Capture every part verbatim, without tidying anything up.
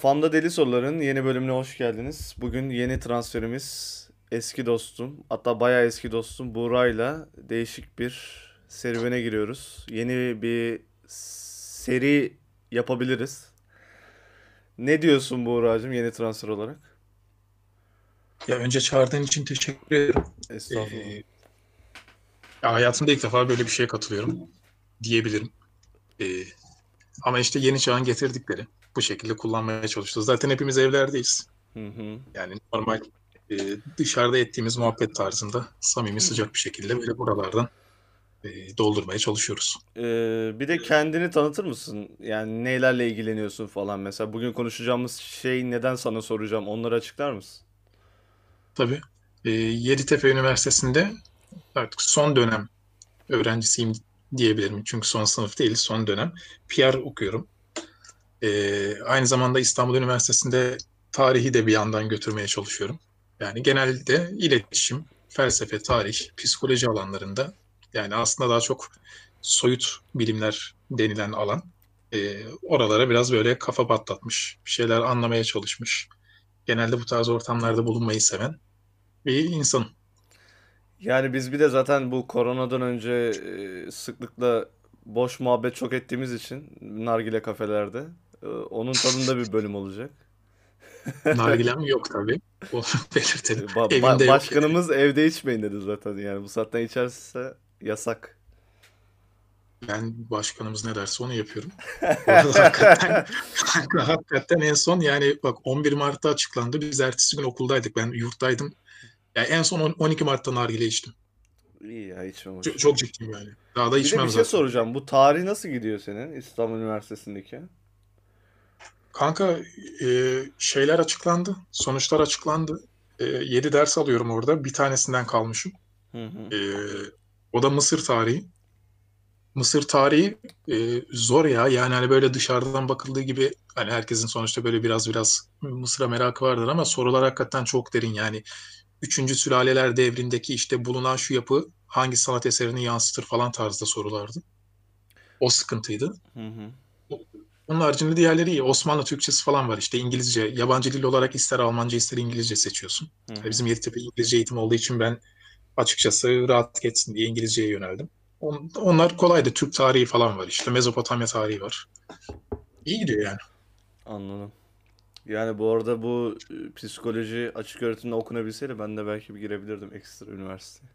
Kafamda Deli Soruların yeni bölümüne hoş geldiniz. Bugün yeni transferimiz eski dostum, hatta bayağı eski dostum Buğra'yla değişik bir serüvene giriyoruz. Yeni bir seri yapabiliriz. Ne diyorsun Buğra'cığım yeni transfer olarak? Ya önce çağırdığın için teşekkür ederim. Ee, Estağfurullah. ya hayatımda ilk defa böyle bir şeye katılıyorum diyebilirim. Ee, ama işte yeni çağın getirdikleri bu şekilde kullanmaya çalışıyoruz. Zaten hepimiz evlerdeyiz. Hı hı. Yani normal e, dışarıda ettiğimiz muhabbet tarzında samimi sıcak bir şekilde böyle buralardan e, doldurmaya çalışıyoruz. Ee, bir de kendini tanıtır mısın? Yani nelerle ilgileniyorsun falan mesela. Bugün konuşacağımız şey neden sana soracağım onları açıklar mısın? Tabii. E, Yeditepe Üniversitesi'nde artık son dönem öğrencisiyim diyebilirim. Çünkü son sınıf değil, son dönem. P R okuyorum. Ee, aynı zamanda İstanbul Üniversitesi'nde tarihi de bir yandan götürmeye çalışıyorum. Yani genelde iletişim, felsefe, tarih, psikoloji alanlarında yani aslında daha çok soyut bilimler denilen alan. Ee, oralara biraz böyle kafa patlatmış, bir şeyler anlamaya çalışmış. Genelde bu tarz ortamlarda bulunmayı seven bir insan. Yani biz bir de zaten bu koronadan önce e, sıklıkla boş muhabbet çok ettiğimiz için nargile kafelerde e, onun tadında bir bölüm olacak. Nargilem yok tabii. Onu belirtelim. Ba- Evinde ba- yok yani. başkanımız evde içmeyin dedi zaten yani bu saatten içerse yasak. Ben başkanımız ne derse onu yapıyorum. Bu arada hakikaten, hakikaten en son yani bak on bir Mart'ta açıklandı. Biz ertesi gün okuldaydık. Ben yurttaydım. Yani en son on- 12 Mart'ta nargile içtim. İyi ya içme Çok, boş ver. çok ciddiyim yani. Daha da Bir de bir içmem şey zaten. soracağım. Bu tarih nasıl gidiyor senin İstanbul Üniversitesi'ndeki? Kanka e, şeyler açıklandı. Sonuçlar açıklandı. E, yedi ders alıyorum orada. Bir tanesinden kalmışım. Hı hı. E, o da Mısır tarihi. Mısır tarihi e, zor ya. Yani hani böyle dışarıdan bakıldığı gibi hani herkesin sonuçta böyle biraz biraz Mısır'a merakı vardır ama sorular hakikaten çok derin. Yani üçüncü sülaleler devrindeki işte bulunan şu yapı hangi sanat eserini yansıtır falan tarzda sorulardı. O sıkıntıydı. Hı hı. Onun haricinde diğerleri iyi. Osmanlı Türkçesi falan var işte İngilizce. Yabancı dil olarak ister Almanca ister İngilizce seçiyorsun. Hı Tabii hı. bizim Yeditepe İngilizce eğitim olduğu için ben açıkçası rahat geçsin diye İngilizceye yöneldim. On- Onlar kolaydı. Türk tarihi falan var işte. Mezopotamya tarihi var. İyi gidiyor yani. Anladım. Yani bu arada bu e, psikoloji açık öğretimde okunabilseydi ben de belki bir girebilirdim ekstra üniversiteye.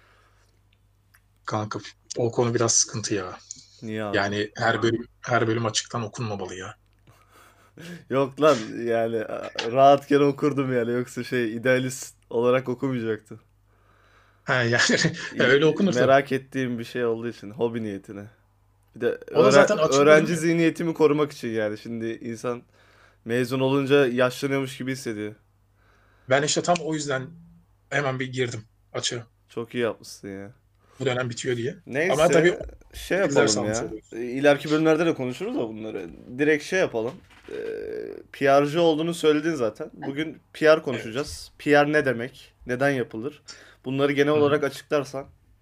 Kanka o konu biraz sıkıntı ya. Niye abi? Yani her bölüm her bölüm açıktan okunmamalı ya. Yok lan yani a- rahatken okurdum yani yoksa şey idealist olarak okumayacaktım. Ha yani öyle İ- okunur tabii. Merak ettiğim bir şey olduğu için hobi niyetine. Bir de O da öğren- zaten açık bölüm öğrenci ya. zihniyetimi korumak için yani şimdi insan mezun olunca yaşlanıyormuş gibi hissediyor. Ben işte tam o yüzden hemen bir girdim açığı. Çok iyi yapmışsın ya. Bu dönem bitiyor diye. Ama tabii Neyse şey sekiz ders yapalım almış ya. oluyoruz. E, İleriki bölümlerde de konuşuruz da bunları. Direkt şey yapalım. E, P R'cı olduğunu söyledin zaten. Bugün P R Evet. konuşacağız. P R ne demek? Neden yapılır? Bunları genel Hı hı. olarak açıklarsan.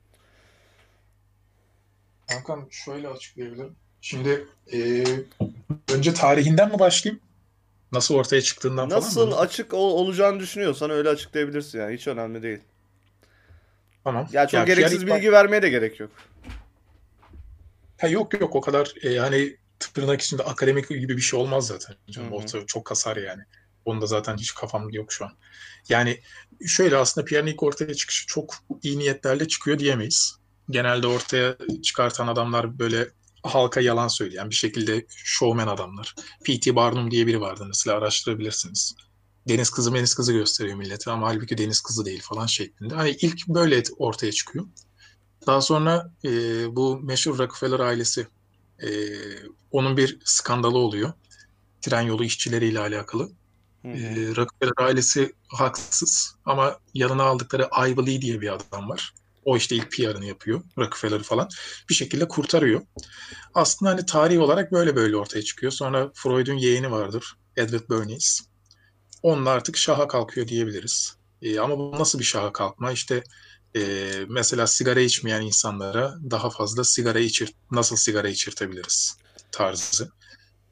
Kankam şöyle açıklayabilirim. Şimdi e, önce tarihinden mi başlayayım? Nasıl ortaya çıktığından falan Nasıl mı? açık ol- olacağını düşünüyorsan öyle açıklayabilirsin yani. Hiç önemli değil. Tamam. Ya çok Ya P R gereksiz ilk baş... bilgi vermeye de gerek yok. Ha, yok yok o kadar e, yani tırnak içinde akademik gibi bir şey olmaz zaten. Hı Canım, hı. orta çok kasar yani. Onda zaten hiç kafamda yok şu an. Yani şöyle aslında P R'nin ilk ortaya çıkışı çok iyi niyetlerle çıkıyor diyemeyiz. Genelde ortaya çıkartan adamlar böyle halka yalan söyleyen bir şekilde şovmen adamlar. P T. Barnum diye biri vardı mesela araştırabilirsiniz. Deniz kızı meniz kızı gösteriyor millete ama halbuki deniz kızı değil falan şeklinde. Hani ilk böyle ortaya çıkıyor. Daha sonra e, bu meşhur Rockefeller ailesi e, onun bir skandalı oluyor. Tren yolu işçileriyle alakalı. Hı E, hı. Rockefeller ailesi haksız ama yanına aldıkları Ivy Lee diye bir adam var. O işte ilk P R'ını yapıyor. Rockefeller'ı falan. Bir şekilde kurtarıyor. Aslında hani tarih olarak böyle böyle ortaya çıkıyor. Sonra Freud'un yeğeni vardır. Edward Bernays. Onunla artık şaha kalkıyor diyebiliriz. E, ama bu nasıl bir şaha kalkma? İşte e, mesela sigara içmeyen insanlara daha fazla sigara içir, nasıl sigara içirtebiliriz tarzı.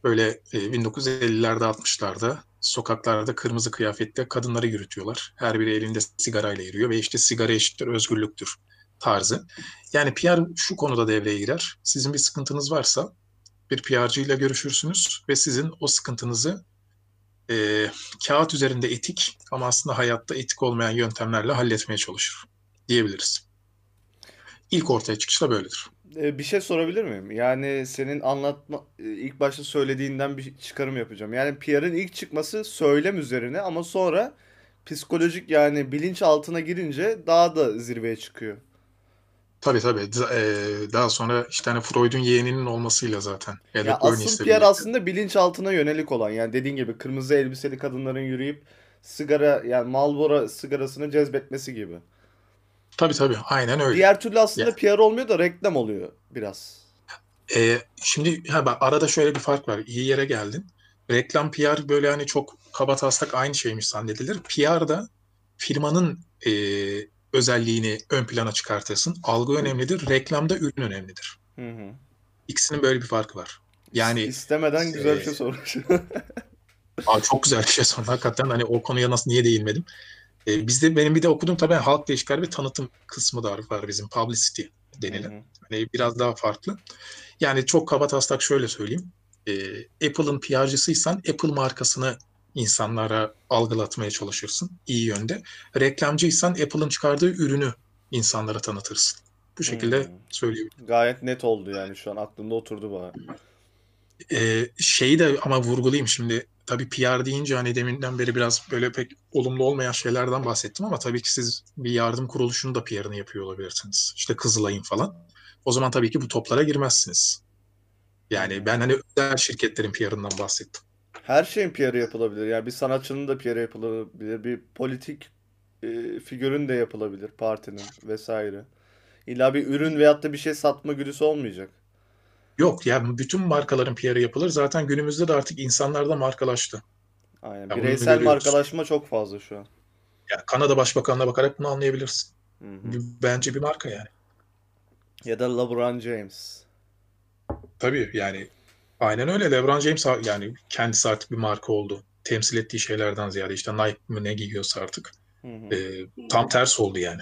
Böyle e, bin dokuz yüz ellilerde altmışlarda sokaklarda kırmızı kıyafette kadınları yürütüyorlar. Her biri elinde sigarayla yürüyor ve işte sigara eşittir özgürlüktür tarzı. Yani P R şu konuda devreye girer. Sizin bir sıkıntınız varsa bir P R'cı ile görüşürsünüz ve sizin o sıkıntınızı e, kağıt üzerinde etik ama aslında hayatta etik olmayan yöntemlerle halletmeye çalışır diyebiliriz. İlk ortaya çıkış da böyledir. E, bir şey sorabilir miyim? Yani senin anlatma e, ilk başta söylediğinden bir çıkarım yapacağım. Yani P R'ın ilk çıkması söylem üzerine ama sonra psikolojik yani bilinç altına girince daha da zirveye çıkıyor. Tabii tabii. Z- e, daha sonra işte hani Freud'un yeğeninin olmasıyla zaten Ya Albert asıl Bernays'le P R birlikte. aslında bilinç altına yönelik olan yani dediğin gibi kırmızı elbiseli kadınların yürüyüp sigara yani Marlboro sigarasını cezbetmesi gibi. Tabii tabii. Aynen öyle. Diğer türlü Ya, aslında P R olmuyor da reklam oluyor biraz. e, şimdi ha, bak, arada şöyle bir fark var. İyi yere geldin. Reklam P R böyle hani çok kabataslak aynı şeymiş zannedilir. P R'da firmanın e, özelliğini ön plana çıkartırsın. Algı önemlidir. Reklamda ürün önemlidir. Hı hı. İkisinin böyle bir farkı var. İs- Yani istemeden güzel bir e, şey sormuş. aa, çok güzel bir şey sonra hakikaten hani o konuya nasıl niye değinmedim. E, bizde benim bir de okuduğum tabii halk ilişkiler ve tanıtım kısmı da var bizim publicity Hı denilen. hı. Hani biraz daha farklı. Yani çok kabataslak şöyle söyleyeyim. E, Apple'ın P R'cısıysan Apple markasını insanlara algılatmaya çalışırsın iyi yönde. Reklamcıysan Apple'ın çıkardığı ürünü insanlara tanıtırsın. Bu şekilde Hmm. söyleyeyim. Gayet net oldu yani şu an aklımda oturdu bana. E, şeyi de ama vurgulayayım şimdi. Tabii P R deyince hani deminden beri biraz böyle pek olumlu olmayan şeylerden bahsettim ama tabii ki siz bir yardım kuruluşunun da P R'ını yapıyor olabilirsiniz. İşte Kızılay'ın falan. O zaman tabii ki bu toplara girmezsiniz. Hı Yani hı. ben hani özel şirketlerin P R'ından bahsettim. Her şeyin P R'ı yapılabilir. Yani bir sanatçının da P R'ı yapılabilir. Bir politik e, figürün de yapılabilir. Partinin vesaire. İlla bir ürün veyahut da bir şey satma güdüsü olmayacak. Yok yani bütün markaların P R'ı yapılır. Zaten günümüzde de artık insanlar da markalaştı. Aynen. Ya bunu Bireysel görüyoruz. markalaşma çok fazla şu an. Ya Kanada Başbakanı'na bakarak bunu anlayabilirsin. Hı hı. B- Bence bir marka yani. Ya da LeBron James. Tabii yani aynen öyle. LeBron James ha- yani kendisi artık bir marka oldu. Temsil ettiği şeylerden ziyade işte Nike mi ne giyiyorsa artık. Hı hı. Ee, tam tersi oldu yani.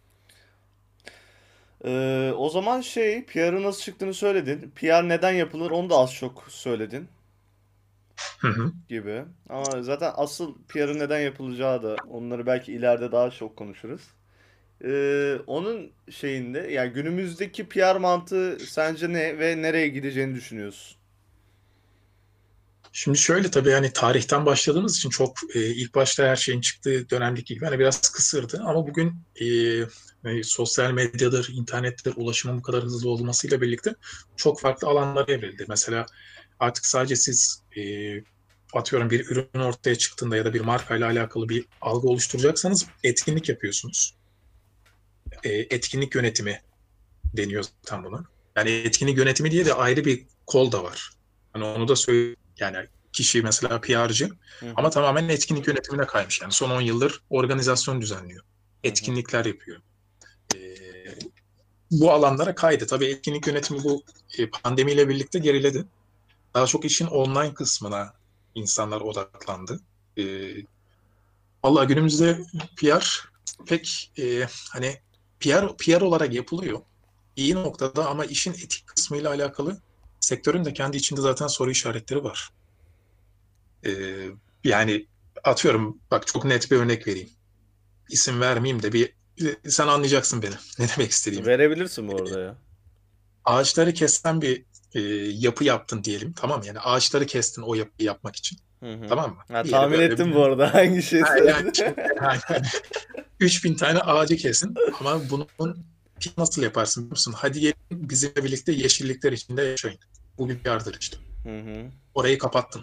Ee, o zaman şey P R'ın nasıl çıktığını söyledin. P R neden yapılır onu da az çok söyledin Hı hı. gibi. Ama zaten asıl P R'ın neden yapılacağı da onları belki ileride daha çok konuşuruz. Ee, onun şeyinde yani günümüzdeki P R mantığı sence ne ve nereye gideceğini düşünüyorsun? Şimdi şöyle tabii hani tarihten başladığımız için çok e, ilk başta her şeyin çıktığı dönemdeki gibi hani biraz kısırdı ama bugün e, e, sosyal medyadır, internettir, ulaşımın bu kadar hızlı olmasıyla birlikte çok farklı alanlara evrildi. Mesela artık sadece siz e, atıyorum bir ürün ortaya çıktığında ya da bir markayla alakalı bir algı oluşturacaksanız etkinlik yapıyorsunuz. E, etkinlik yönetimi deniyor tam buna. Yani etkinlik yönetimi diye de ayrı bir kol da var. Hani onu da söyleyeyim. Yani kişi mesela P R'cı Hı ama hı. tamamen etkinlik yönetimine kaymış. Yani son on yıldır organizasyon düzenliyor. Hı hı. Etkinlikler yapıyor. Ee, bu alanlara kaydı. Tabii etkinlik yönetimi bu e, pandemiyle birlikte geriledi. Daha çok işin online kısmına insanlar odaklandı. Ee, Vallahi günümüzde P R pek e, hani P R, P R olarak yapılıyor. İyi noktada ama işin etik kısmıyla alakalı sektörün de kendi içinde zaten soru işaretleri var. Ee, yani atıyorum bak çok net bir örnek vereyim. İsim vermeyeyim de bir sen anlayacaksın beni. Ne demek istediğimi. Verebilirsin bu arada ya. Ağaçları kesen bir e, yapı yaptın diyelim. Tamam mı? Yani ağaçları kestin o yapıyı yapmak için. Hı hı. Tamam mı? Ha, Bir yere tahmin böyle ettim bu bir arada hangi şey ha, yani söyledi. şimdi, yani, üç bin tane ağacı kesin ama bunun nasıl yaparsın biliyor musun? Hadi gelin bizimle birlikte yeşillikler içinde yaşayın. Bu bir yardır işte. Hı hı. Orayı kapattın.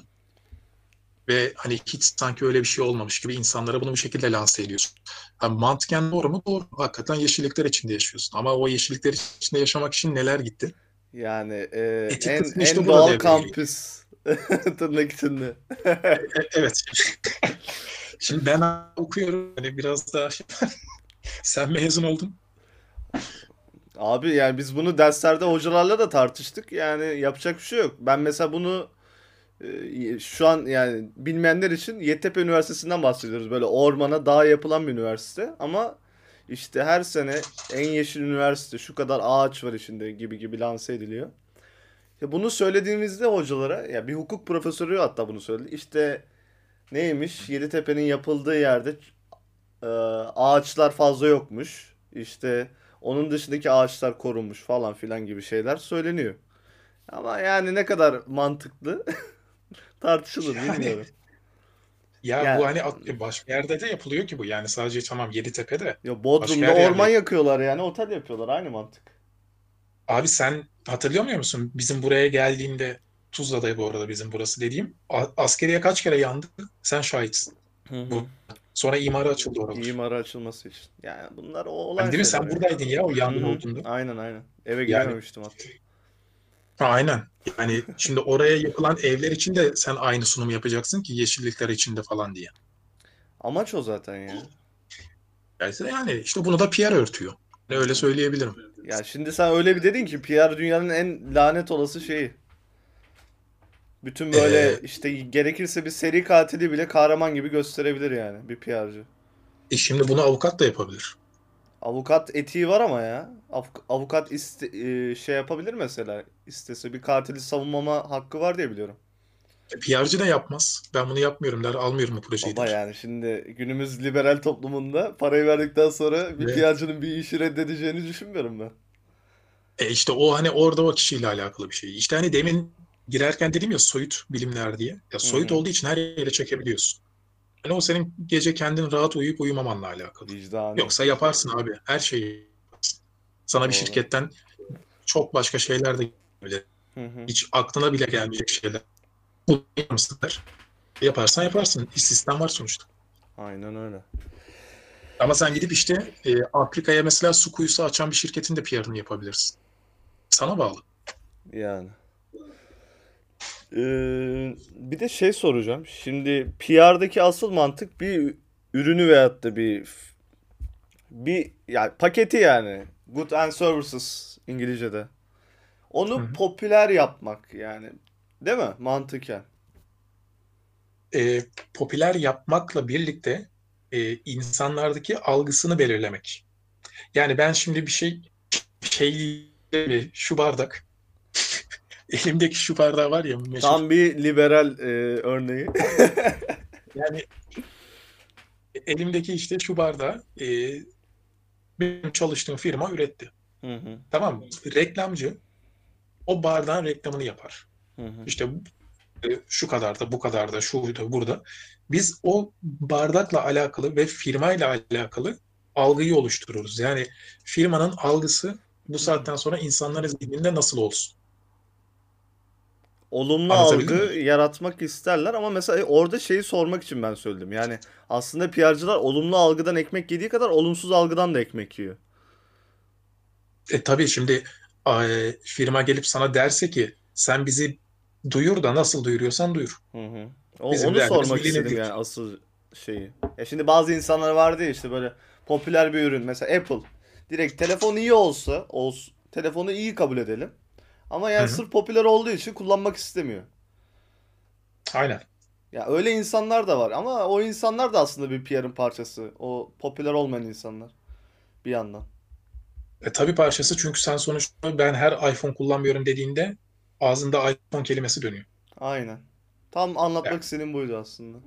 Ve hani hiç sanki öyle bir şey olmamış gibi insanlara bunu bir şekilde lanse ediyorsun. Yani mantıken doğru mu? Doğru. Hakikaten yeşillikler içinde yaşıyorsun. Ama o yeşillikler içinde yaşamak için neler gitti? Yani e, Etik en kısmı en işte burada doğal devreye giriyor. kampüs tırnak içinde. E- evet. Şimdi ben okuyorum. Hani biraz daha şey- sen mezun oldun. Abi yani biz bunu derslerde hocalarla da tartıştık. Yani yapacak bir şey yok. Ben mesela bunu Ee, Şu an yani bilmeyenler için Yeditepe Üniversitesi'nden bahsediyoruz. Böyle ormana, dağa yapılan bir üniversite. Ama işte her sene en yeşil üniversite, şu kadar ağaç var içinde gibi gibi lanse ediliyor. Ya bunu söylediğimizde hocalara, ya bir hukuk profesörü hatta bunu söyledi. İşte neymiş? Yeditepe'nin yapıldığı yerde e, ağaçlar fazla yokmuş. İşte onun dışındaki ağaçlar korunmuş falan filan gibi şeyler söyleniyor. Ama yani ne kadar mantıklı tartışılır Yani bilmiyorum. ya bu Ya hani at- başka yerde de yapılıyor ki bu. Yani sadece tamam Yeditepe'de. ya Başka Bodrum'da her yerde orman yapılıyor. yakıyorlar yani otel yapıyorlar aynı mantık. Abi sen hatırlamıyor musun? Bizim buraya geldiğinde Tuzla'da bu arada bizim burası dediğim. a- Askeriye kaç kere yandı? Sen şahitsin. Hı Bu. hı. Sonra imara açıldı oralar. İmara açılması için. Yani bunlar o Hani olan değil mi? şeyler Sen ya. buradaydın ya o Hı yangın hı. olduğunda. Aynen aynen. Eve Yani girememiştim hatta. aynen. Yani şimdi oraya yapılan evler için de sen aynı sunumu yapacaksın ki yeşillikler içinde falan diye. Amaç o zaten ya. Yani yani işte bunu da P R örtüyor. Hı Yani öyle hı. söyleyebilirim. Ya şimdi sen öyle bir dedin ki P R dünyanın en lanet olası şeyi. Bütün böyle Ee, işte gerekirse bir seri katili bile kahraman gibi gösterebilir yani bir P R'cı. e şimdi bunu avukat da yapabilir. Avukat etiği var ama ya. Av- Avukat iste, e, şey yapabilir mesela. İstese bir katili savunmama hakkı var diye biliyorum. E, P R'cı da yapmaz. Ben bunu yapmıyorum der, almıyorum bu projeyi Baba der. yani şimdi günümüz liberal toplumunda parayı verdikten sonra bir Evet. P R'cının bir işi reddedeceğini düşünmüyorum ben. E işte o hani orada o kişiyle alakalı bir şey. İşte hani demin girerken dedim ya soyut bilimler diye. Ya Hı soyut hı. olduğu için her yere çekebiliyorsun. Hani o senin gece kendin rahat uyuyup uyumamanla alakalı. Vicdani. Yoksa yaparsın abi. Her şeyi yaparsın. Sana bir Doğru. şirketten çok başka şeyler de gelebilir. Hı hı. Hiç aklına bile gelmeyecek şeyler. Bunu yapmışsın der. Yaparsan yaparsın. İş sistem var sonuçta. Aynen öyle. Ama sen gidip işte e, Afrika'ya mesela su kuyusu açan bir şirketin de P R'ını yapabilirsin. Sana bağlı. Yani. Ee, bir de şey soracağım. Şimdi P R'daki asıl mantık bir ürünü veyahut da bir bir yani paketi yani. Good and services İngilizce'de. Hı Onu hı. popüler yapmak yani. Değil mi? Mantıken. E, popüler yapmakla birlikte e, insanlardaki algısını belirlemek. Yani ben şimdi bir şey şey şu bardak elimdeki şu bardağı var ya meşhur. Tam bir liberal e, örneği. Yani elimdeki işte şu bardağı e, benim çalıştığım firma üretti. Hı hı. Tamam mı? Reklamcı o bardağın reklamını yapar. Hı hı. İşte e, şu kadar da bu kadar da şurada burada. Biz o bardakla alakalı ve firmayla alakalı algıyı oluştururuz. Yani firmanın algısı bu saatten sonra insanların zihninde nasıl olsun? Olumlu algı Anlatabildim mi? yaratmak isterler ama mesela orada şeyi sormak için ben söyledim. Yani aslında P R'cılar olumlu algıdan ekmek yediği kadar olumsuz algıdan da ekmek yiyor. E tabii şimdi e, firma gelip sana derse ki sen bizi duyur da nasıl duyuruyorsan duyur. Hı hı. O, Bizim onu derdimiz sormak istedim yani bilinebilir. asıl şeyi. Ya şimdi bazı insanlar vardı ya işte böyle popüler bir ürün mesela Apple. Direkt telefon iyi olsa, olsun, telefonu iyi kabul edelim. Ama Hı yani hı. sırf popüler olduğu için kullanmak istemiyor. Aynen. Ya öyle insanlar da var ama o insanlar da aslında bir P R'ın parçası. O popüler olmayan insanlar bir yandan. E tabii parçası çünkü sen sonuçta ben her iPhone kullanmıyorum dediğinde ağzında iPhone kelimesi dönüyor. Aynen. Tam anlatmak Yani. istediğim buydu aslında.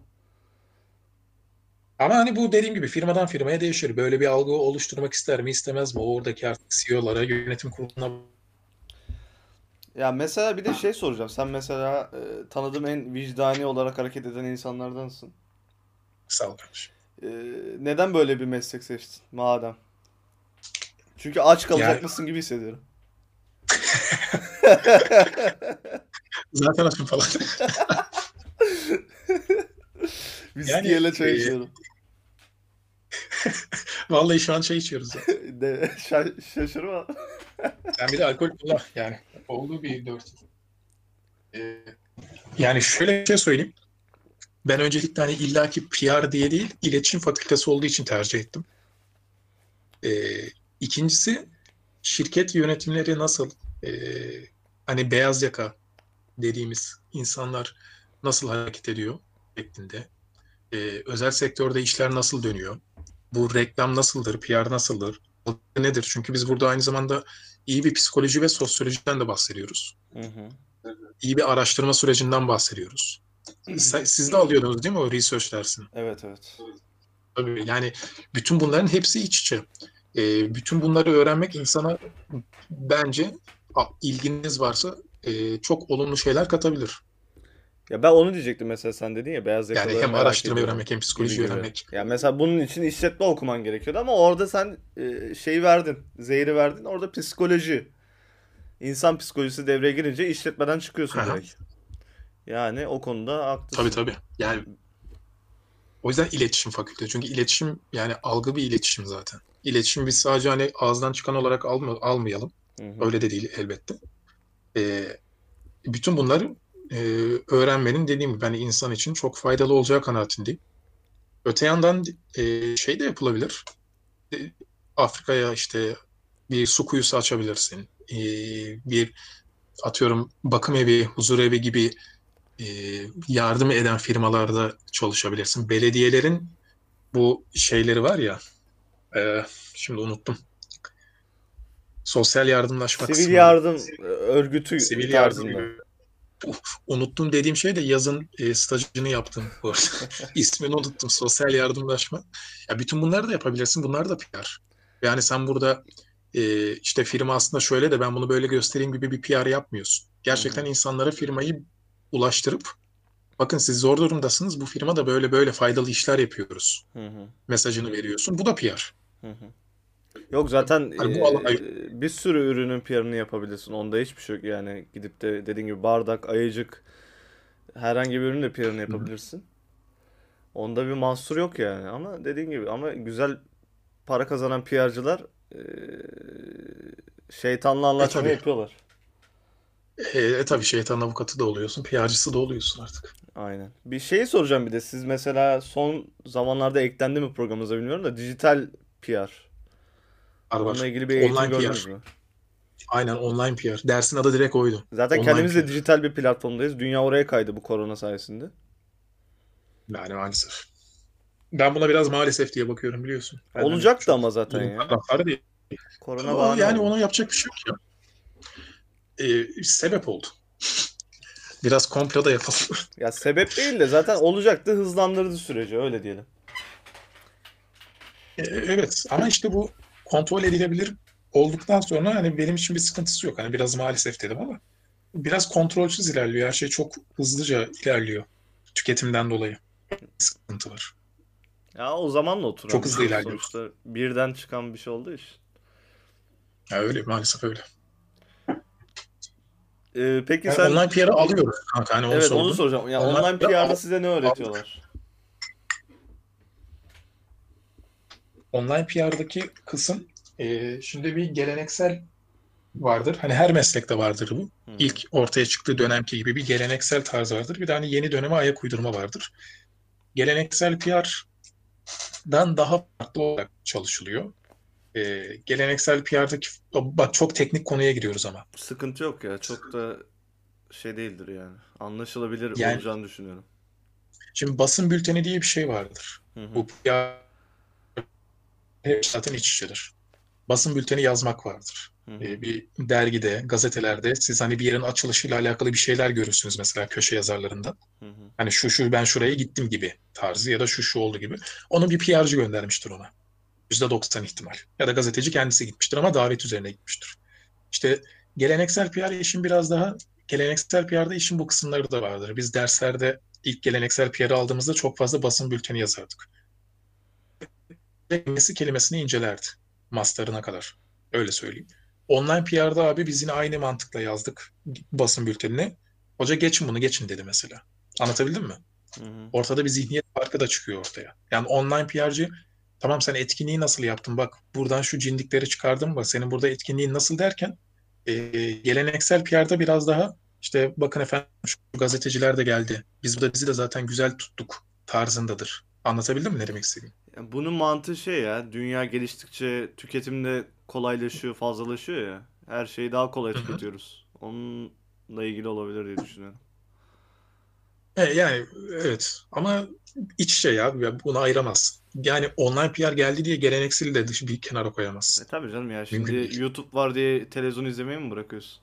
Ama hani bu dediğim gibi firmadan firmaya değişir. Böyle bir algı oluşturmak ister mi istemez mi? Oradaki artık C E O'lara, yönetim kuruluna Ya mesela bir de şey soracağım. Sen mesela e, tanıdığım en vicdani olarak hareket eden insanlardansın. sağ ol kardeşim. E, Neden böyle bir meslek seçtin madem? Çünkü aç Yani kalacakmışsın gibi hissediyorum. zaten açım falan. Yani Viskiyle çay e, içiyorum. vallahi şu an çay içiyoruz zaten. De, şa- şaşırma. Sen bir de alkol kullan. Yani olduğu bir dört. E, yani şöyle bir şey söyleyeyim. Ben öncelikle hani illaki P R diye değil, iletişim fakültesi olduğu için tercih ettim. E, ikincisi şirket yönetimleri nasıl? E, hani beyaz yaka dediğimiz insanlar nasıl hareket ediyor şeklinde. Ee, özel sektörde işler nasıl dönüyor? Bu reklam nasıldır? P R nasıldır? Bu nedir? Çünkü biz burada aynı zamanda iyi bir psikoloji ve sosyolojiden de bahsediyoruz. Hı hı. İyi bir araştırma sürecinden bahsediyoruz. Siz de alıyordunuz değil mi o research dersini? Evet, evet. Tabii yani bütün bunların hepsi iç içe. Ee, bütün bunları öğrenmek insana bence ilginiz varsa e, çok olumlu şeyler katabilir. Ya ben onu diyecektim, mesela sen dedin ya beyaz Yani yakalıları hem merak araştırma ediyorum öğrenmek hem gibi psikoloji gibi. öğrenmek. Ya mesela bunun için işletme okuman gerekiyordu ama orada sen e, şeyi verdin, zehri verdin. Orada psikoloji, insan psikolojisi devreye girince işletmeden çıkıyorsun Aha, direkt. Yani o konuda tabii haklısın. tabii. Yani o yüzden iletişim fakültesi. Çünkü iletişim yani algı bir iletişim zaten. İletişim biz sadece hani ağızdan çıkan olarak alma, almayalım. Hı hı. Öyle de değil elbette. Ee, bütün bunları e, öğrenmenin dediğim gibi ben insan için çok faydalı olacağı kanaatindeyim. Öte yandan e, şey de yapılabilir. E, Afrika'ya işte bir su kuyusu açabilirsin. E, bir atıyorum bakım evi, huzur evi gibi e, yardım eden firmalarda çalışabilirsin. Belediyelerin bu şeyleri var ya, e, şimdi unuttum. Sosyal yardımlaşma Sivil kısımları. yardım e, örgütü Sivil yardım tarzında. gibi. Uf, unuttum dediğim şey de yazın e, stajını yaptım bu arada. İsmini unuttum. Sosyal yardımlaşma. Ya bütün bunları da yapabilirsin. Bunlar da P R. Yani sen burada e, işte firma aslında şöyle de ben bunu böyle göstereyim gibi bir P R yapmıyorsun. Hı Gerçekten hı. insanlara firmayı ulaştırıp bakın siz zor durumdasınız. Bu firma da böyle böyle faydalı işler yapıyoruz. Hı hı. Mesajını veriyorsun. Bu da P R. Hı hı. Yok zaten Hani bu alana e, bir sürü ürünün P R'ını yapabilirsin. Onda hiçbir şey yok yani. Gidip de dediğin gibi bardak, ayıcık, herhangi bir ürünün de P R'ını yapabilirsin. Onda bir mahsur yok yani. Ama dediğin gibi, ama güzel para kazanan P R'cılar e, şeytanla e anlaşma tabii. yapıyorlar. E, e tabii şeytan avukatı da oluyorsun. P R'cısı da oluyorsun artık. Aynen. Bir şey soracağım bir de. Siz mesela son zamanlarda eklendi mi programınıza bilmiyorum da dijital P R. Var Onunla var. ilgili bir eğitim Online P R. gördünüz mü? Aynen online P R. Dersin adı direkt oydu. Zaten Online kendimiz de P R. dijital bir platformdayız. Dünya oraya kaydı bu korona sayesinde. Yani maalesef. Ben buna biraz maalesef diye bakıyorum biliyorsun. Ben hani Olacaktı çok ama zaten iyiyim ya. taraftarı değil. Korona Ama bahane yani oldu. ona yapacak bir şey yok ya. Ee, sebep oldu. Biraz komplo da yapalım. Ya sebep değil de zaten olacaktı, hızlandırdı süreci, öyle diyelim. Ee, evet ama işte bu kontrol edilebilir olduktan sonra hani benim için bir sıkıntısı yok. Hani biraz maalesef dedim ama biraz kontrolsüz ilerliyor. Her şey çok hızlıca ilerliyor. Tüketimden dolayı sıkıntı var. Ya o zamanla oturan Çok bir hızlı şey. ilerliyor. Sonuçta birden çıkan bir şey olduğu için. Ya öyle maalesef öyle. Ee, peki Yani sen, online P R'ı alıyoruz kanka hani onu evet onu sordun. soracağım. Ya Online online P R P R'da al- size ne aldık. öğretiyorlar? Online P R'daki kısım e, şimdi bir geleneksel vardır. Hani her meslekte vardır bu. Hı hı. İlk ortaya çıktığı dönemki gibi bir geleneksel tarz vardır. Bir de hani yeni döneme ayak uydurma vardır. Geleneksel P R'dan daha farklı olarak çalışılıyor. E, geleneksel P R'daki bak çok teknik konuya giriyoruz ama. Sıkıntı yok ya. Çok da şey değildir yani. Anlaşılabilir Yani olacağını düşünüyorum. şimdi basın bülteni diye bir şey vardır. Hı hı. Bu P R hep zaten iç içedir. Basın bülteni yazmak vardır. Hı hı. Ee, bir dergide, gazetelerde siz hani bir yerin açılışıyla alakalı bir şeyler görürsünüz mesela köşe yazarlarından. Hı hı. Hani şu şu ben şuraya gittim gibi tarzı ya da şu şu oldu gibi. Onu bir P R'cı göndermiştir ona. yüzde doksan ihtimal. Ya da gazeteci kendisi gitmiştir ama davet üzerine gitmiştir. İşte geleneksel P R işin biraz daha geleneksel P R'da işin bu kısımları da vardır. Biz derslerde ilk geleneksel P R aldığımızda çok fazla basın bülteni yazardık. Kelimesi kelimesini incelerdi. Master'ına kadar. Öyle söyleyeyim. Online P R'da abi biz yine aynı mantıkla yazdık basın bültenini. Hoca geçin bunu geçin dedi mesela. Anlatabildim mi? Hı hı. Ortada bir zihniyet farkı da çıkıyor ortaya. Yani online P R'cı tamam sen etkinliği nasıl yaptın bak buradan şu cindikleri çıkardım bak senin burada etkinliğin nasıl derken e, geleneksel P R'da biraz daha işte bakın efendim şu gazeteciler de geldi. Biz burada dizi de zaten güzel tuttuk tarzındadır. Anlatabildim mi ne demek istediğimi? Ya bunun mantığı şey ya. Dünya geliştikçe tüketim de kolaylaşıyor, fazlalaşıyor ya. Her şeyi daha kolay Hı hı. tüketiyoruz. Onunla ilgili olabilir diye düşünüyorum. E, yani evet ama iç içe ya, ya bunu ayıramazsın. Yani online P R geldi diye gelenekseli de dışı bir kenara E koyamazsın. tabii canım ya, Mümkün şimdi değil. YouTube var diye televizyon izlemeyi mi bırakıyorsun?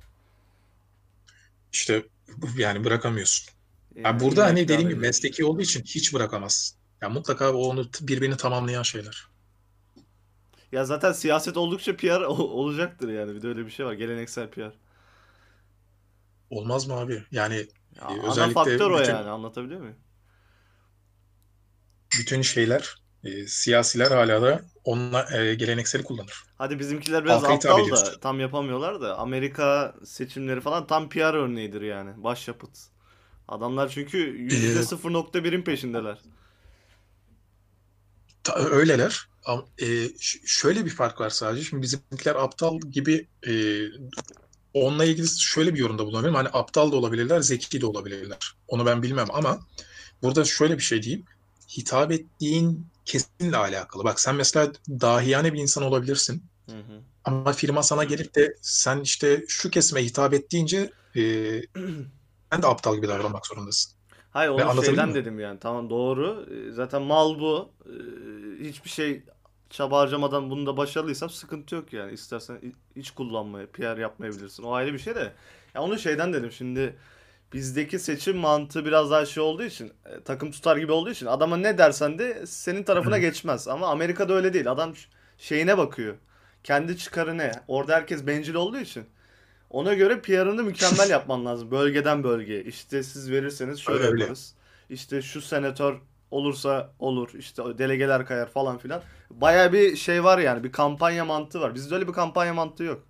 İşte yani bırakamıyorsun. Ha, Yani burada illa hani ki devam dediğim gibi edilir. mesleki olduğu için hiç bırakamazsın. Ya mutlaka o onu t- birbirini tamamlayan şeyler. Ya zaten siyaset oldukça P R ol- olacaktır yani. Bir de öyle bir şey var. Geleneksel P R. Olmaz mı abi? Yani Ya e, ana faktör özellikle o yani. bütün Anlatabiliyor muyum? bütün şeyler, e, siyasiler hala da onunla e, gelenekseli kullanır. Hadi bizimkiler biraz Halka hitap aptal da ediyorsun. tam yapamıyorlar da Amerika seçimleri falan tam P R örneğidir yani. Başyapıt. Adamlar çünkü yüzde E, sıfır nokta birin peşindeler. ta- öyleler. Ama, e, ş- şöyle bir fark var sadece. Şimdi bizimkiler aptal gibi, e, onunla ilgili şöyle bir yorumda bulunabilirim. Hani aptal da olabilirler, zeki de olabilirler. Onu ben bilmem ama burada şöyle bir şey diyeyim. Hitap ettiğin kesimle alakalı. Bak sen mesela dahiyane bir insan olabilirsin. Hı hı. Ama firma sana gelip de sen işte şu kesime hitap ettiğince e, sen de aptal gibi davranmak zorundasın. Hayır, Ve onu anlatabildim şeyden mi? dedim yani. Tamam, doğru. Ee, Zaten mal bu. Ee, Hiçbir şey çaba harcamadan bunda başarılıysam sıkıntı yok yani. İstersen hiç kullanmaya, P R yapmayabilirsin. O ayrı bir şey de. Ya onu şeyden dedim. Şimdi bizdeki seçim mantığı biraz daha şey olduğu için, e, takım tutar gibi olduğu için adama ne dersen de senin tarafına Hı. geçmez. Ama Amerika'da öyle değil. Adam ş- şeyine bakıyor. Kendi çıkarı ne? Orada herkes bencil olduğu için. Ona göre P R'ını mükemmel yapman lazım. Bölgeden bölgeye. İşte siz verirseniz şöyle Öyle. yaparız. İşte şu senatör olursa olur. İşte o delegeler kayar falan filan. Baya bir şey var yani. Bir kampanya mantığı var. Bizde öyle bir kampanya mantığı yok.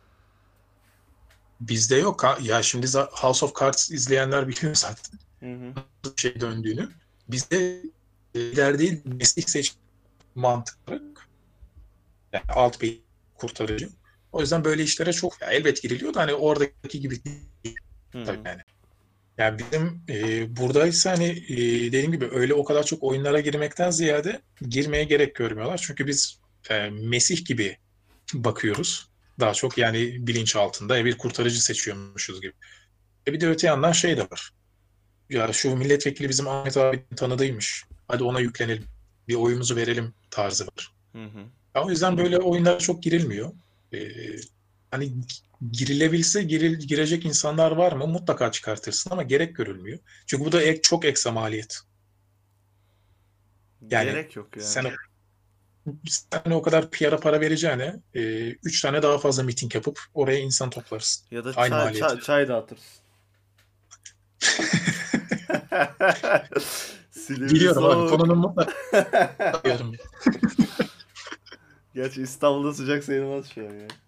Bizde yok. Ha- Ya şimdi za- House of Cards izleyenler biliyor zaten Hı hı. nasıl bir şey döndüğünü. Bizde e, lider değil, meslek seçim mantıklı. Yani alt bir kurtarıcı. O yüzden böyle işlere çok ya elbet giriliyor da hani oradaki gibi değil Hı tabii hı. yani. Yani bizim e, buradaysa hani e, dediğim gibi öyle o kadar çok oyunlara girmekten ziyade girmeye gerek görmüyorlar. Çünkü biz e, Mesih gibi bakıyoruz. Daha çok yani bilinç altında bir kurtarıcı seçiyormuşuz gibi. E bir de öte yandan şey de var. Ya şu milletvekili bizim Ahmet abi tanıdığıymış. Hadi ona yüklenelim. Bir oyumuzu verelim tarzı var. Hı hı. Ya o yüzden böyle oyunlara çok girilmiyor. E, hani girilebilse giril, girecek insanlar var mı? Mutlaka çıkartırsın ama gerek görülmüyor. Çünkü bu da ek, çok ekstra maliyet. Yani Gerek yok yani. sen sen o kadar P R'a para vereceğine e, üç tane daha fazla miting yapıp oraya insan toplarsın. Ya da Aynı çay, maliyet. çay, çay dağıtırsın. Silivri Biliyorum abi. soğuk. Konunun mutlaka yarım. Gerçi İstanbul'da sıcak sayılmaz şu an ya.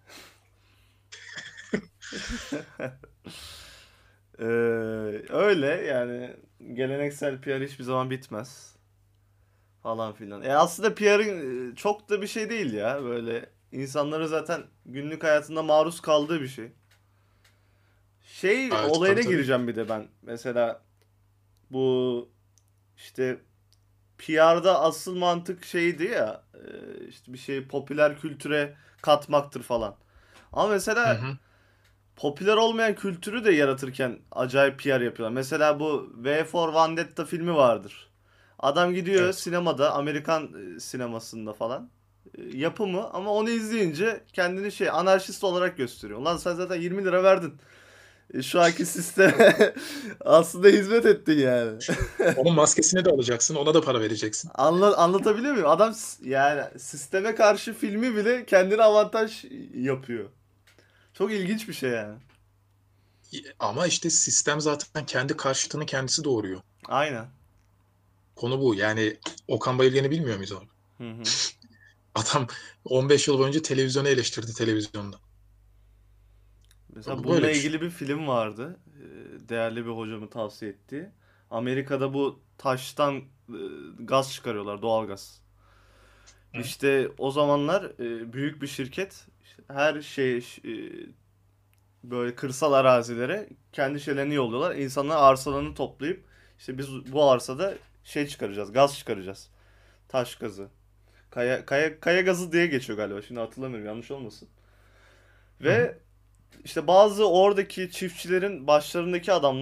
Ee, Öyle yani, geleneksel P R hiçbir zaman bitmez falan filan. E aslında P R'ın e, çok da bir şey değil ya, böyle insanların zaten günlük hayatında maruz kaldığı bir şey. Şey Evet, tabii olayına tabii. gireceğim bir de ben. Mesela bu işte P R'da asıl mantık şeydi ya, e, işte bir şeyi popüler kültüre katmaktır falan. Ama Hı mesela hı. popüler olmayan kültürü de yaratırken acayip P R yapıyorlar. Mesela bu V for Vendetta filmi vardır. Adam gidiyor Evet. sinemada, Amerikan e, sinemasında falan. E, Yapımı, ama onu izleyince kendini şey, anarşist olarak gösteriyor. Lan sen zaten yirmi lira verdin. E, Şu anki sisteme aslında hizmet ettin yani. Onun maskesini de alacaksın. Ona da para vereceksin. Anla, anlatabiliyor muyum? Adam s- yani sisteme karşı filmi bile kendine avantaj yapıyor. Çok ilginç bir şey yani. Ama işte sistem zaten kendi karşıtını kendisi doğuruyor. Aynen. Konu bu. Yani Okan Bayülgen'i bilmiyor muyuz abi? Hı hı. Adam on beş yıl boyunca televizyonu eleştirdi televizyonda. Mesela Bu böyle bununla bir şey. ilgili bir film vardı. Ee, Değerli bir hocamın tavsiye ettiği. Amerika'da bu taştan e, gaz çıkarıyorlar, doğal gaz. Hı. İşte o zamanlar e, büyük bir şirket işte her şey e, böyle kırsal arazilere kendi şeylerini yolluyorlar. İnsanlar arsalarını toplayıp işte biz bu arsada şey çıkaracağız, gaz çıkaracağız. Taş gazı. Kaya, kaya, kaya gazı diye geçiyor galiba. Şimdi hatırlamıyorum, yanlış olmasın. Hı hı. Ve İşte bazı oradaki çiftçilerin başlarındaki adamlar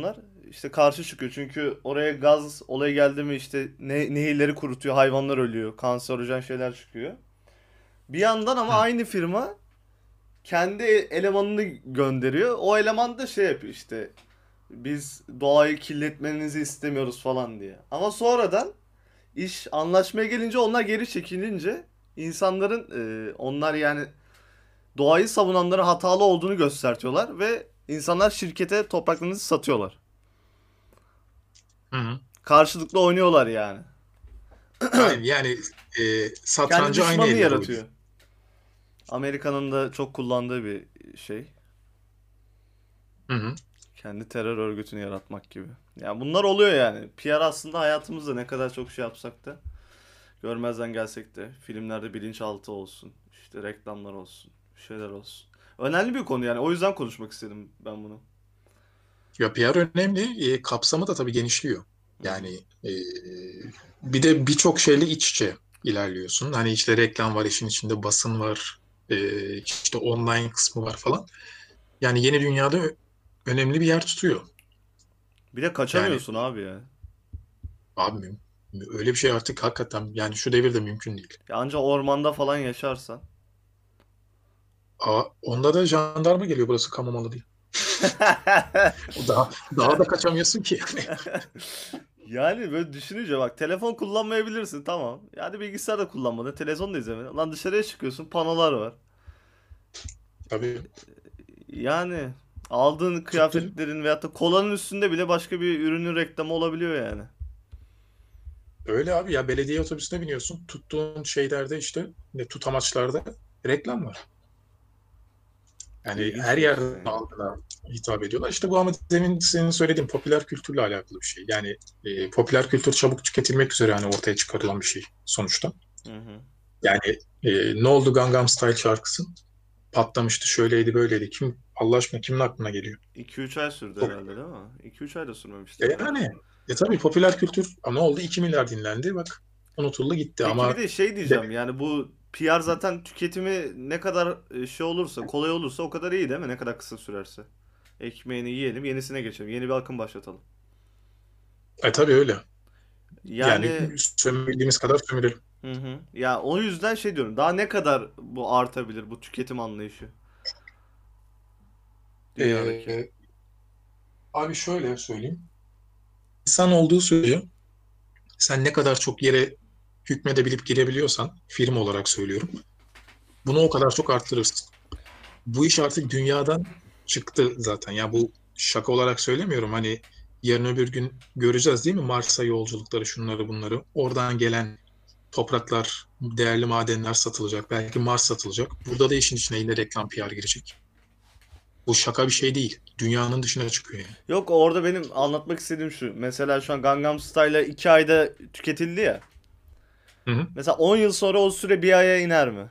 işte karşı çıkıyor. Çünkü oraya gaz olayı geldi mi işte ne, nehirleri kurutuyor, hayvanlar ölüyor, kanserojen şeyler çıkıyor. Bir yandan ama Hı. aynı firma kendi elemanını gönderiyor. O eleman da şey yapıyor işte biz doğayı kirletmenizi istemiyoruz falan diye. Ama sonradan iş anlaşmaya gelince onlar geri çekilince insanların e, onlar yani doğayı savunanların hatalı olduğunu göstertiyorlar ve insanlar şirkete topraklarınızı satıyorlar. Hı hı. Karşılıklı oynuyorlar yani. Aynen yani e, Kendi satrancı aynı düşmanını eller oynuyor. yaratıyor. Amerika'nın da çok kullandığı bir şey. Hı hı. Kendi terör örgütünü yaratmak gibi. Yani bunlar oluyor yani. P R aslında hayatımızda ne kadar çok şey yapsak da görmezden gelsek de filmlerde bilinçaltı olsun, işte reklamlar olsun, bir şeyler olsun. Önemli bir konu yani. O yüzden konuşmak istedim ben bunu. Ya P R önemli, e, kapsamı da tabii genişliyor. Hı hı. Yani e, bir de birçok şeyle iç içe ilerliyorsun. Hani işte reklam var, işin içinde basın var, e, işte online kısmı var falan. Yani yeni dünyada ö- önemli bir yer tutuyor. Bir de Yani kaçamıyorsun abi ya. abi müm- öyle bir şey artık hakikaten yani şu devirde mümkün değil. Ya anca ormanda falan yaşarsan. Aa, onda da jandarma geliyor, burası kamu malı diye. Daha, daha da kaçamıyorsun ki yani. Yani böyle düşününce bak telefon kullanmayabilirsin tamam. Yani bilgisayar da kullanmadın, televizyon da izlemedin. Lan dışarıya çıkıyorsun, panolar var. Tabii Yani aldığın tuttu. kıyafetlerin veyahut da kolanın üstünde bile başka bir ürünün reklamı olabiliyor yani. Öyle abi ya, belediye otobüsüne biniyorsun. Tuttuğun şeylerde işte ne tutamaçlarda reklam var. Yani İlginç her gerçekten yerde ya. halkına hitap ediyorlar. İşte bu ama demin senin söylediğin popüler kültürle alakalı bir şey. Yani e, popüler kültür çabuk tüketilmek üzere hani ortaya çıkarılan bir şey sonuçta. Hı hı. Yani e, ne oldu Gangnam Style şarkısı? Patlamıştı, şöyleydi, böyleydi. Kim Allah aşkına kimin aklına geliyor? iki üç ay sürdü Pop- herhalde değil mi? iki üç ay da E sürmemiştir belki. yani e tabii popüler kültür ama ne oldu? iki milyar dinlendi. Bak unutuldu gitti Peki bir ama de şey de, diyeceğim yani bu P R zaten tüketimi ne kadar e, şey olursa kolay olursa o kadar iyi değil mi? Ne kadar kısa sürerse. Ekmeğini yiyelim yenisine geçelim. Yeni bir akım başlatalım. e tabii öyle. Yani Yani sömürdüğümüz kadar sömürelim. hı hı. Ya o yüzden şey diyorum. Daha ne kadar bu artabilir bu tüketim anlayışı dünyadaki? E, abi şöyle söyleyeyim. İnsan olduğu sürece sen ne kadar çok yere hükmedebilip girebiliyorsan, firma olarak söylüyorum, bunu o kadar çok arttırırsın. Bu iş artık dünyadan çıktı zaten. Ya bu şaka olarak söylemiyorum. Hani yarın öbür gün göreceğiz değil mi? Mars'a yolculukları, şunları bunları. Oradan gelen topraklar, değerli madenler satılacak. Belki Mars satılacak. Burada da işin içine yine reklam P R girecek. Bu şaka bir şey değil. Dünyanın dışına çıkıyor yani. Yok orada benim anlatmak istediğim şu. Mesela şu an Gangnam Style'ı iki ayda tüketildi ya. Hı hı. Mesela on yıl sonra o süre bir aya iner mi?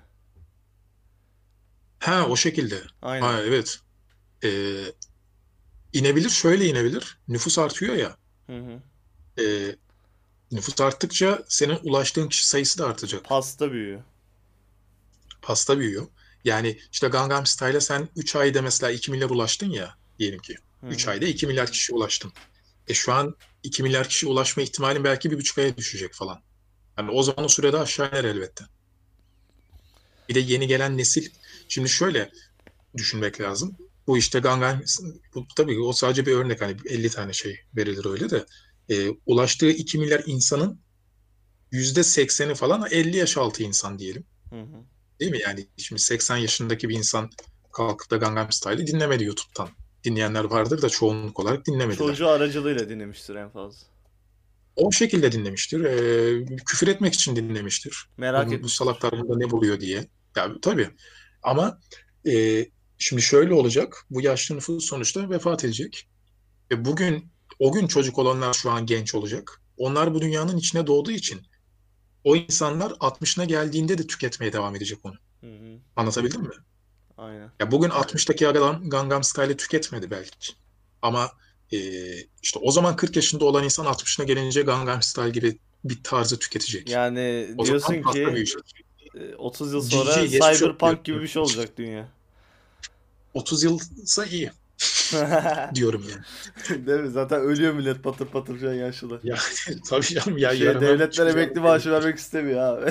Ha, o şekilde. Aynen. Ha, evet. Ee, inebilir, şöyle inebilir. Nüfus artıyor ya. Hı hı. Ee, nüfus arttıkça senin ulaştığın kişi sayısı da artacak. Pasta büyüyor. Pasta büyüyor. Yani işte Gangnam Style'a sen üç ayda mesela iki milyar ulaştın ya diyelim ki. Hı üç hı. ayda iki milyar kişi ulaştın. E şu an iki milyar kişi ulaşma ihtimalin belki bir buçuk aya düşecek falan. Yani o zaman o sürede aşağı iner elbette. Bir de yeni gelen nesil, şimdi şöyle düşünmek lazım. Bu işte Gangnam, bu tabii o sadece bir örnek, hani elli tane şey verilir öyle de e, ulaştığı iki milyar insanın yüzde sekseni falan elli yaş altı insan diyelim. Hı hı. Değil mi? Yani şimdi seksen yaşındaki bir insan kalkıp da Gangnam Style'ı dinlemedi YouTube'dan. Dinleyenler vardır da çoğunluk olarak dinlemediler. Çocuğu aracılığıyla dinlemiştir en fazla. O şekilde dinlemiştir. Ee, küfür etmek için dinlemiştir. Merak Bu, bu etmiştir. salaklar burada ne buluyor diye. Ya, tabii. Ama e, şimdi şöyle olacak. Bu yaşlı nüfus sonuçta vefat edecek. Ve bugün o gün çocuk olanlar şu an genç olacak. Onlar bu dünyanın içine doğduğu için o insanlar altmışına geldiğinde de tüketmeye devam edecek onu. Hı hı. Anlatabildim mi? Aynen. Ya bugün altmıştaki adam Gangnam Style'ı tüketmedi belki. Ama e, işte o zaman kırk yaşında olan insan altmışına gelince Gangnam Style gibi bir tarzı tüketecek. Yani O zaman diyorsun pasta ki büyüyecek. e, otuz yıl Cici sonra geçmiş olsun Cyberpunk gibi diyorum. bir şey olacak dünya. otuz yılsa iyi. diyorum yani. Değil mi? Zaten ölüyor millet patır patır şu an yaşlılar. Ya tabii canım ya Şey yarına devletler çıkacağım. emekli maaşı vermek istemiyor abi.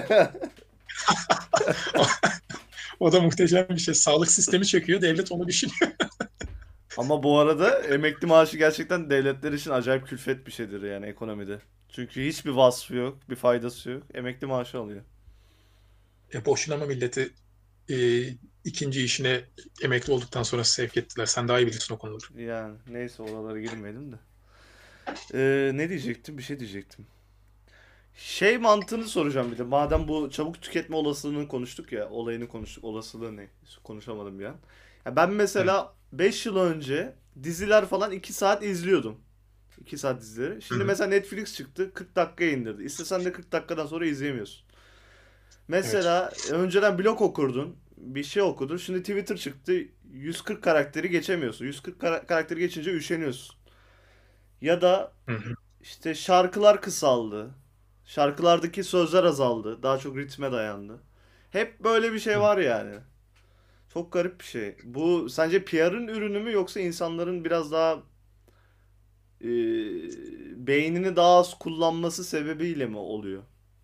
O da muhteşem bir şey. Sağlık sistemi çöküyor. Devlet onu düşünüyor. Ama bu arada emekli maaşı gerçekten devletler için acayip külfet bir şeydir yani ekonomide. Çünkü hiçbir vasfı yok, bir faydası yok. Emekli maaşı alıyor. E, boşuna mı milleti e, ikinci işine emekli olduktan sonra sevk ettiler? Sen daha iyi bilirsin o konuları. Yani neyse oralara girmeyelim de. Ee, ne diyecektim? Bir şey diyecektim. Şey mantığını soracağım bir de. Madem bu çabuk tüketme olasılığını konuştuk ya, olayını konuştuk. Olasılığı ne? Konuşamadım bir an. Ya ben Hı, mesela beş yıl önce diziler falan iki saat izliyordum. iki saat dizileri. hı, Şimdi hı. mesela Netflix çıktı, kırk dakikaya indirdi. İstesen de kırk dakikadan sonra izleyemiyorsun. Evet. Mesela önceden blog okurdun, bir şey okudun. Şimdi Twitter çıktı, yüz kırk karakteri geçemiyorsun. yüz kırk kara- karakteri geçince üşeniyorsun. Ya da Hı, hı. işte şarkılar kısaldı. Şarkılardaki sözler azaldı. Daha çok ritme dayandı. Hep böyle bir şey Hı. var yani. Çok garip bir şey. Bu sence P R'ın ürünü mü yoksa insanların biraz daha e, beynini daha az kullanması sebebiyle mi oluyor?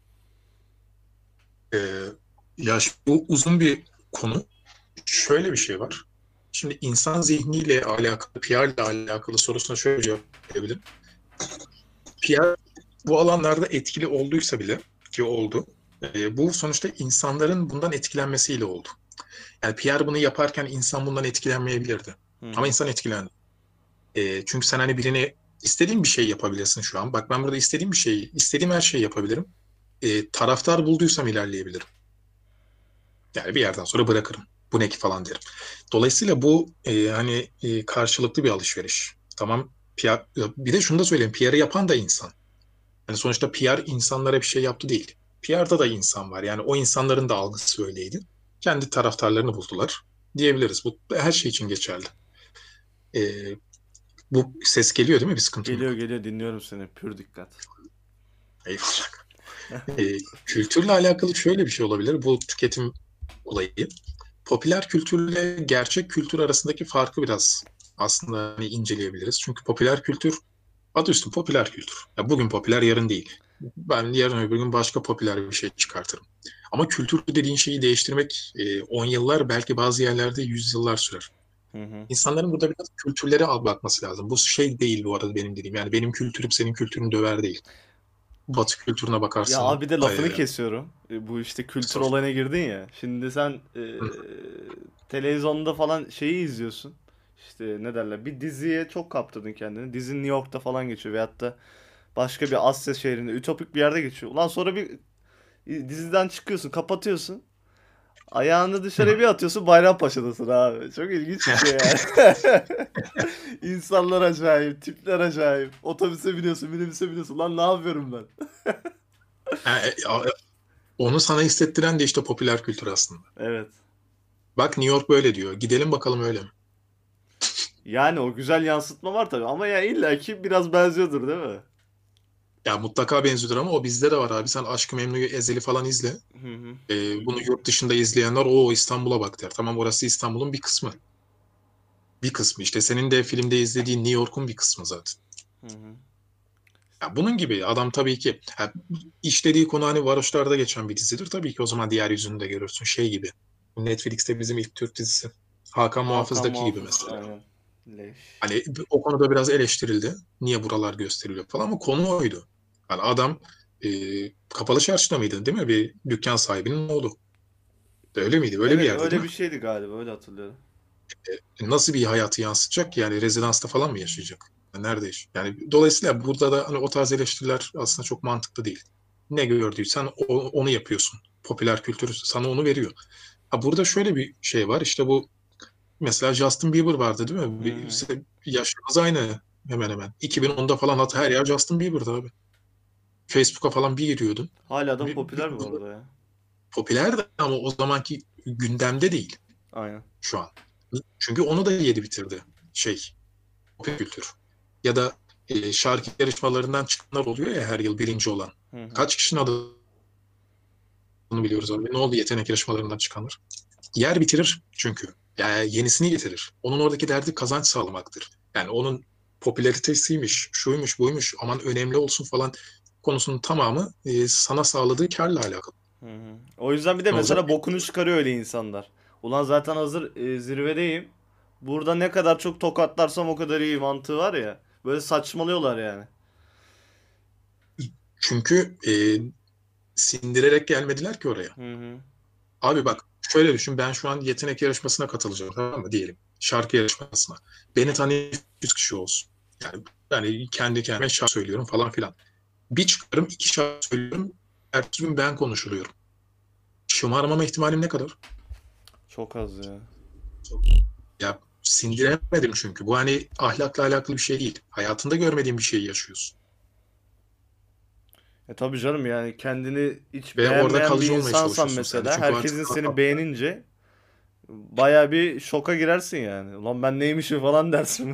E, ya şu- bu uzun bir konu. Şöyle bir şey var. Şimdi insan zihniyle alakalı, P R ile alakalı sorusuna şöyle cevap verebilirim. P R bu alanlarda etkili olduysa bile ki oldu. E, bu sonuçta insanların bundan etkilenmesiyle oldu. Yani P R bunu yaparken insan bundan etkilenmeyebilirdi. Hı Ama hı. insan etkilendi. E, çünkü sen hani birine istediğin bir şey yapabilirsin şu an. Bak ben burada istediğim bir şeyi, istediğim her şeyi yapabilirim. E, taraftar bulduysam ilerleyebilirim. Yani bir yerden sonra bırakırım. Bu ne ki falan derim. Dolayısıyla bu e, hani e, karşılıklı bir alışveriş. Tamam. P R, bir de şunu da söyleyeyim. P R'ı yapan da insan. Yani sonuçta P R insanlara bir şey yaptı değil. P R'da da insan var. Yani o insanların da algısı öyleydi. Kendi taraftarlarını buldular diyebiliriz. Bu her şey için geçerli. E, bu ses geliyor değil mi? Bir sıkıntım Geliyor yok. geliyor dinliyorum seni. Pür dikkat. Eyvallah. E, kültürle alakalı şöyle bir şey olabilir. Bu tüketim olayı. Popüler kültürle gerçek kültür arasındaki farkı biraz aslında hani inceleyebiliriz. Çünkü popüler kültür adı üstü popüler kültür. Ya bugün popüler, yarın değil. Ben yarın öbür gün başka popüler bir şey çıkartırım. Ama kültür dediğin şeyi değiştirmek e, on yıllar, belki bazı yerlerde yüz yıllar sürer. Hı hı. İnsanların burada biraz kültürlere al bakması lazım. Bu şey değil bu arada benim dediğim. Yani benim kültürüm senin kültürünü döver değil. Batı kültürüne Ya bakarsın. abi de lafını E, kesiyorum. E, Bu işte kültür sor. olayına girdin ya. Şimdi sen e, Hı, televizyonda falan şeyi izliyorsun. İşte ne derler? Bir diziye çok kaptırdın kendini. Dizi New York'ta falan geçiyor veyahut da başka bir Asya şehrinde, ütopik bir yerde geçiyor. Ulan sonra bir diziden çıkıyorsun, kapatıyorsun. Ayağını hı, dışarıya bir atıyorsun, Bayrampaşa'dasın abi. Çok ilginç bir şey yani. İnsanlar acayip, tipler acayip. Otobüse biniyorsun, minibüse biniyorsun. Lan ne yapıyorum ben? E, e, onu sana hissettiren de işte popüler kültür aslında. Evet. Bak New York böyle diyor. Gidelim bakalım öyle mi? Yani o güzel yansıtma var tabii ama ya illa ki biraz benziyordur değil mi? Ya mutlaka benziyordur ama o bizde de var abi. Sen Aşk-ı Memnu'yu, Ezel'i falan izle. Hı hı. Ee, bunu yurt dışında izleyenler o İstanbul'a bak der. Tamam, orası İstanbul'un bir kısmı. Bir kısmı işte. Senin de filmde izlediğin New York'un bir kısmı zaten. Hı hı. Ya bunun gibi adam tabii ki ha, işlediği konu hani varoşlarda geçen bir dizidir. Tabii ki o zaman diğer yüzünü de görürsün. Şey gibi. Netflix'te bizim ilk Türk dizisi. Hakan Hakan Muhafız'daki gibi Muhafız mesela. aynen. Leş. Hani o konuda biraz eleştirildi. Niye buralar gösteriliyor falan ama konu oydu. Yani adam e, kapalı çarşıda mıydı değil mi? Bir dükkan sahibinin oğlu. Öyle miydi? Öyle bir Evet yerde değil öyle mi? bir şeydi galiba öyle hatırlıyorum. E, nasıl bir hayatı yansıtacak ki? Yani rezidansta falan mı yaşayacak? Yani nerede yaş- Yani dolayısıyla burada da hani o tarz eleştiriler aslında çok mantıklı değil. Ne gördüysen o- onu yapıyorsun. Popüler kültür sana onu veriyor. Ha burada şöyle bir şey var. İşte bu mesela Justin Bieber vardı değil Hı mi? Bir, hı. işte yaşımız aynı hemen hemen. iki bin onda falan hatta her yer Justin Bieber'dı abi. Facebook'a falan bir giriyordun. Hala da Bir, bir- popüler bu arada ya. popülerdi ama o zamanki gündemde değil Aynen. şu an. Çünkü onu da yedi bitirdi şey, popüler kültür. Ya da e, şarkı yarışmalarından çıkanlar oluyor ya her yıl birinci olan. Hı hı. Kaç kişinin adını biliyoruz abi. Ne oldu yetenek yarışmalarından çıkanlar? Yer bitirir çünkü. Yani yenisini getirir. Onun oradaki derdi kazanç sağlamaktır. Yani onun popülaritesiymiş, şuymuş, buymuş, aman önemli olsun falan konusunun tamamı e, sana sağladığı karla alakalı. Hı hı. O yüzden bir de Ne olacak? mesela bokunu çıkarıyor öyle insanlar. Ulan zaten hazır e, zirvedeyim. Burada ne kadar çok tokatlarsam o kadar iyi mantığı var ya. Böyle saçmalıyorlar yani. Çünkü e, sindirerek gelmediler ki oraya. Hı hı. Abi bak şöyle düşün, ben şu an yetenek yarışmasına katılacağım, tamam mı, diyelim. Şarkı yarışmasına. Beni tanıyan yüz kişi olsun. Yani yani kendi kendime şarkı söylüyorum falan filan. Bir çıkarım iki şarkı söylüyorum. Ertesi gün ben konuşuluyorum. Şımarmama ihtimalim ne kadar? Çok az ya. Ya sindiremedim çünkü. Bu hani ahlakla alakalı bir şey değil. Hayatında görmediğin bir şeyi yaşıyorsun. E tabii canım, yani kendini hiç Ve orada beğenmeyen bir kalıcı olmaya insansan çalışıyorsun sen de. mesela, Çünkü artık herkesin seni beğenince baya bir şoka girersin yani. Ulan ben neymişim falan dersin.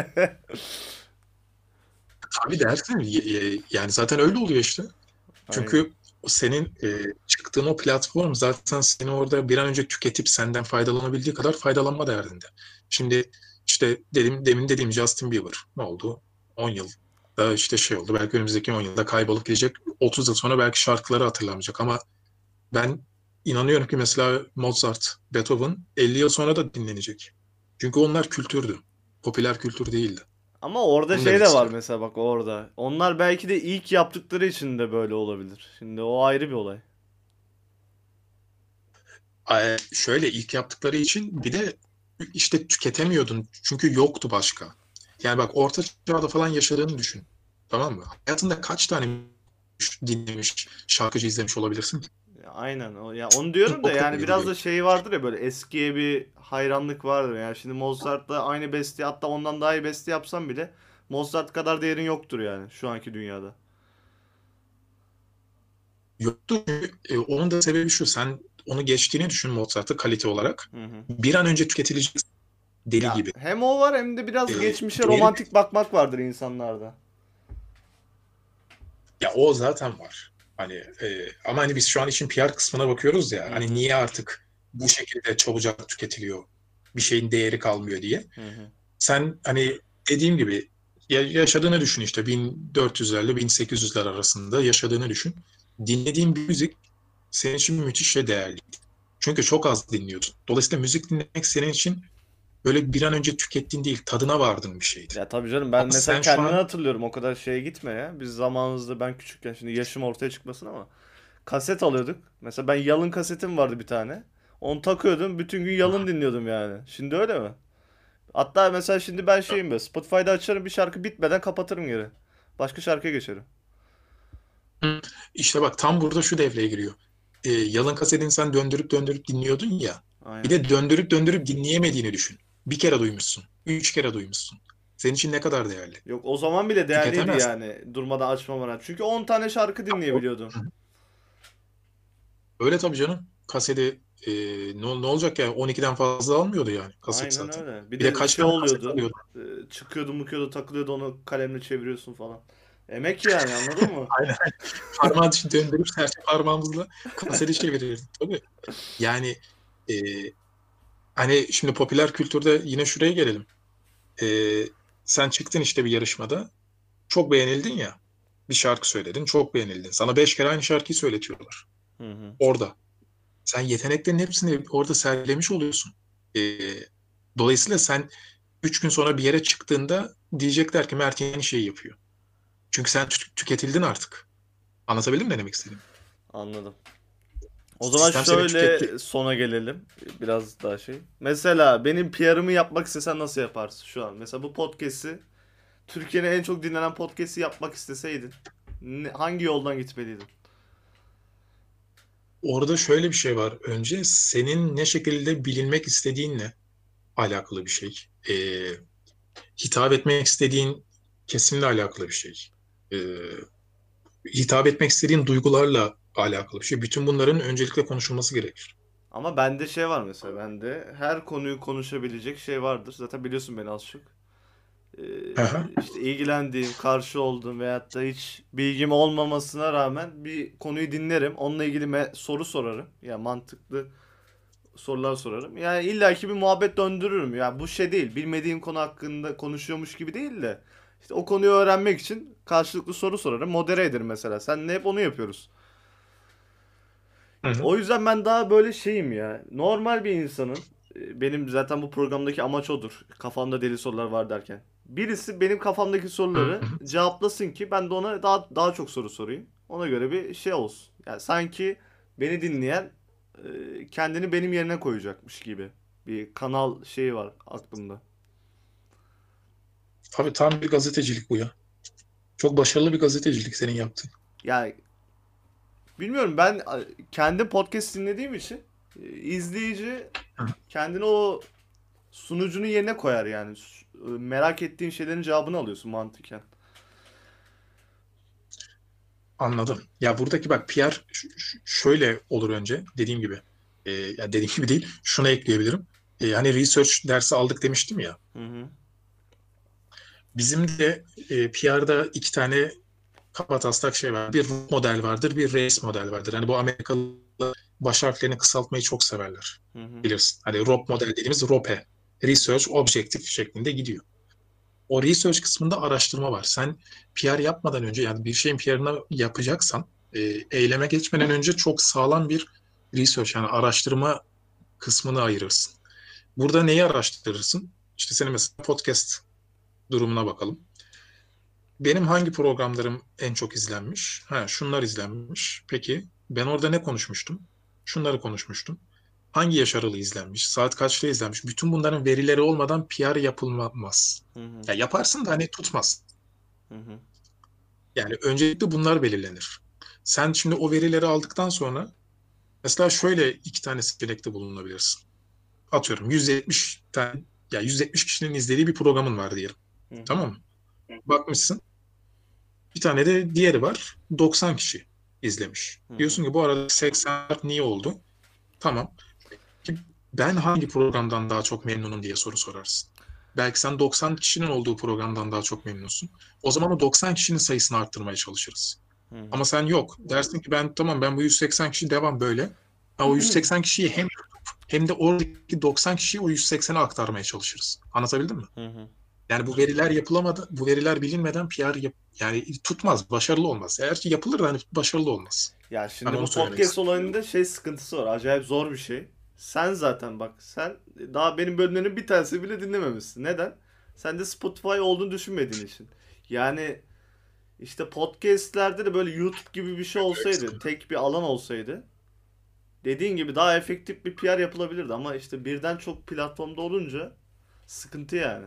tabii dersin. Y- y- Yani zaten öyle oluyor işte. Aynen. Çünkü senin e, çıktığın o platform zaten seni orada bir an önce tüketip senden faydalanabildiği kadar faydalanma derdinde. Şimdi işte dedim, demin dediğim Justin Bieber ne oldu? on yıl da işte şey oldu. Belki önümüzdeki on yılda kaybolup gidecek. otuz yıl sonra belki şarkıları hatırlanmayacak ama ben inanıyorum ki mesela Mozart, Beethoven elli yıl sonra da dinlenecek. Çünkü onlar kültürdü. Popüler kültür değildi. Ama orada Bunu şey demek de var istiyorum. mesela, bak orada. Onlar belki de ilk yaptıkları için de böyle olabilir. Şimdi o ayrı bir olay. Ee, Şöyle ilk yaptıkları için bir de işte tüketemiyordun. Çünkü yoktu başka. Yani bak orta çağda falan yaşadığını düşün. Tamam mı? Hayatında kaç tane dinlemiş, şarkıcı izlemiş olabilirsin ki? Ya aynen o, ya onu diyorum da, Çok yani biraz ediliyor. da şey vardır ya, böyle eskiye bir hayranlık vardır. Yani şimdi Mozart'la aynı beste, hatta ondan daha iyi beste yapsam bile Mozart kadar değerin yoktur yani şu anki dünyada. Yoktu. Çünkü, e, onun da sebebi şu. Sen onu geçtiğini düşün Mozart'ı kalite olarak. Hı hı. Bir an önce tüketilecek deli Ya gibi. hem o var, hem de E, biraz geçmişe Değeri, romantik bakmak vardır insanlarda. ya o zaten var. Hani e, ama hani biz şu an için P R kısmına bakıyoruz ya. Hı Hani hı. niye artık bu şekilde çabucak tüketiliyor? Bir şeyin değeri kalmıyor diye. Hı hı. Sen hani dediğim gibi ya- yaşadığını düşün, işte bin dört yüzlerle bin sekiz yüzler arasında yaşadığını düşün. Dinlediğin bir müzik senin için müthiş ve değerli. Çünkü çok az dinliyorsun. Dolayısıyla müzik dinlemek senin için böyle bir an önce tükettiğin değil, tadına vardığın bir şeydi. Ya tabii canım, ben Ama mesela sen şu kendimi an hatırlıyorum, o kadar şeye gitme ya. Biz zamanımızda, ben küçükken, şimdi yaşım ortaya çıkmasın ama, kaset alıyorduk. Mesela ben Yalın kasetim vardı bir tane. Onu takıyordum, bütün gün Yalın dinliyordum yani. Şimdi öyle mi? Hatta mesela şimdi ben şeyim, böyle Spotify'da açarım, bir şarkı bitmeden kapatırım geri. Başka şarkıya geçerim. işte bak tam burada şu devreye giriyor. Ee, yalın kasetini sen döndürüp döndürüp dinliyordun ya. Bir Aynen. de döndürüp döndürüp dinleyemediğini düşün. Bir kere duymuşsun. Üç kere duymuşsun. Senin için ne kadar değerli? Yok, o zaman bile değerliydi Tüketemez. yani, durmadan açmama. Çünkü on tane şarkı dinleyebiliyordum. Öyle tabii canım. Kaseti e, ne, ne olacak ya? on ikiden fazla almıyordu yani kaset Aynen zaten. öyle. Bir Bir de de kaç şey tane kaset oluyordu. alıyordu? e, Çıkıyordu, mıkıyordu, takılıyordu, onu kalemle çeviriyorsun falan. Emek yani, anladın mı? Aynen. Parmağı dışı döndürüp serçe parmağımızla kaseti çevirirdik. Tabii. Yani e, hani şimdi popüler kültürde yine şuraya gelelim. E, Sen çıktın işte bir yarışmada. Çok beğenildin ya. Bir şarkı söyledin, çok beğenildin. Sana beş kere aynı şarkıyı söyletiyorlar. Hı hı. Orada. Sen yeteneklerin hepsini orada sergilemiş oluyorsun. Ee, Dolayısıyla sen üç gün sonra bir yere çıktığında diyecekler ki Mert yeni şeyi yapıyor. Çünkü sen tü- tüketildin artık. Anlatabildim mi ne demek istediğimi? Anladım. O zaman Sistem seni tüketti. şöyle sona gelelim. Biraz daha şey. Mesela benim P R'ımı yapmak istesen nasıl yaparsın şu an? Mesela bu podcast'i, Türkiye'nin en çok dinlenen podcast'i yapmak isteseydin, ne- hangi yoldan gitmeliydin? Orada şöyle bir şey var. Önce senin ne şekilde bilinmek istediğinle alakalı bir şey. Ee, Hitap etmek istediğin kesimle alakalı bir şey. Ee, Hitap etmek istediğin duygularla alakalı bir şey. Bütün bunların öncelikle konuşulması gerekir. Ama bende şey var mesela, bende her konuyu konuşabilecek şey vardır. Zaten biliyorsun beni az çok. Ee, Aha. işte ilgilendiğim, karşı olduğum veyahut da hiç bilgim olmamasına rağmen bir konuyu dinlerim. Onunla ilgili me- soru sorarım. Ya mantıklı sorular sorarım. Yani illaki bir muhabbet döndürürüm. Yani bu şey değil. Bilmediğim konu hakkında konuşuyormuş gibi değil de işte o konuyu öğrenmek için karşılıklı soru sorarım. Modere ederim mesela. Seninle hep onu yapıyoruz. Hı hı. O yüzden ben daha böyle şeyim ya. Normal bir insanın e, benim zaten bu programdaki amaç odur. Kafamda deli sorular var derken. Birisi benim kafamdaki Hı soruları hı. cevaplasın ki ben de ona daha daha çok soru sorayım. Ona göre bir şey olsun. Yani sanki beni dinleyen e, kendini benim yerine koyacakmış gibi bir kanal şeyi var aklımda. Abi tam bir gazetecilik bu ya. Çok başarılı bir gazetecilik senin yaptığın. Yani bilmiyorum, ben a, kendi podcast dinlediğim için e, izleyici Hı. kendini o sunucunun yerine koyar yani. Su- Merak ettiğin şeylerin cevabını alıyorsun mantıken. Anladım. Ya buradaki bak P R ş- ş- şöyle olur önce dediğim gibi. Ee, ya dediğim gibi değil. Şunu ekleyebilirim. Ee, hani research dersi aldık demiştim ya. Hı hı. Bizim de e, P R'da iki tane kabataslak şey var. Bir model vardır, bir race model vardır. Hani bu Amerikalılar baş harflerini kısaltmayı çok severler. Hı hı. Bilirsin. Hani R O P model dediğimiz R O P E. Research Objective şeklinde gidiyor. O research kısmında araştırma var. Sen P R yapmadan önce yani bir şeyin P R'ını yapacaksan e, eyleme geçmeden önce çok sağlam bir research yani araştırma kısmını ayırırsın. Burada neyi araştırırsın? İşte senin mesela podcast durumuna bakalım. Benim hangi programlarım en çok izlenmiş? Ha, şunlar izlenmiş. Peki ben orada ne konuşmuştum? Şunları konuşmuştum. Hangi yaş aralığı izlenmiş? Saat kaçta izlenmiş? Bütün bunların verileri olmadan P R yapılmaz. Hı hı. Ya yaparsın da hani tutmaz. Hı hı. Yani öncelikle bunlar belirlenir. Sen şimdi o verileri aldıktan sonra mesela şöyle iki tane seçenekte bulunabilirsin. Atıyorum yüz yetmiş tane ya yüz yetmiş kişinin izlediği bir programın var diyelim. Hı hı. Tamam mı? Bakmışsın. Bir tane de diğeri var. doksan kişi izlemiş. Hı hı. Diyorsun ki bu arada seksen niye oldu? Tamam. Ki ben hangi programdan daha çok memnunum diye soru sorarsın. Belki sen doksan kişinin olduğu programdan daha çok memnunsun. O zaman o doksan kişinin sayısını arttırmaya çalışırız. Hı hı. Ama sen yok. Dersin ki ben tamam ben bu yüz seksen kişi devam böyle. Ha, o yüz seksen kişiyi hem hem de oradaki doksan kişiyi o yüz seksene aktarmaya çalışırız. Anlatabildim mi? Hı hı. Yani bu veriler yapılamadı, bu veriler bilinmeden P R yap, yani tutmaz, başarılı olmaz. Eğer ki yapılır da hani başarılı olmaz. Ya Ben şimdi onu bu söylemek podcast istedim. olayında şey sıkıntısı var. Acayip zor bir şey. Sen zaten bak, sen daha benim bölümlerin bir tanesi bile dinlememişsin. Neden? Sen de Spotify olduğunu düşünmediğin için. Yani işte podcastlerde de böyle YouTube gibi bir şey olsaydı, tek bir alan olsaydı, dediğin gibi daha efektif bir P R yapılabilirdi ama işte birden çok platformda olunca sıkıntı yani.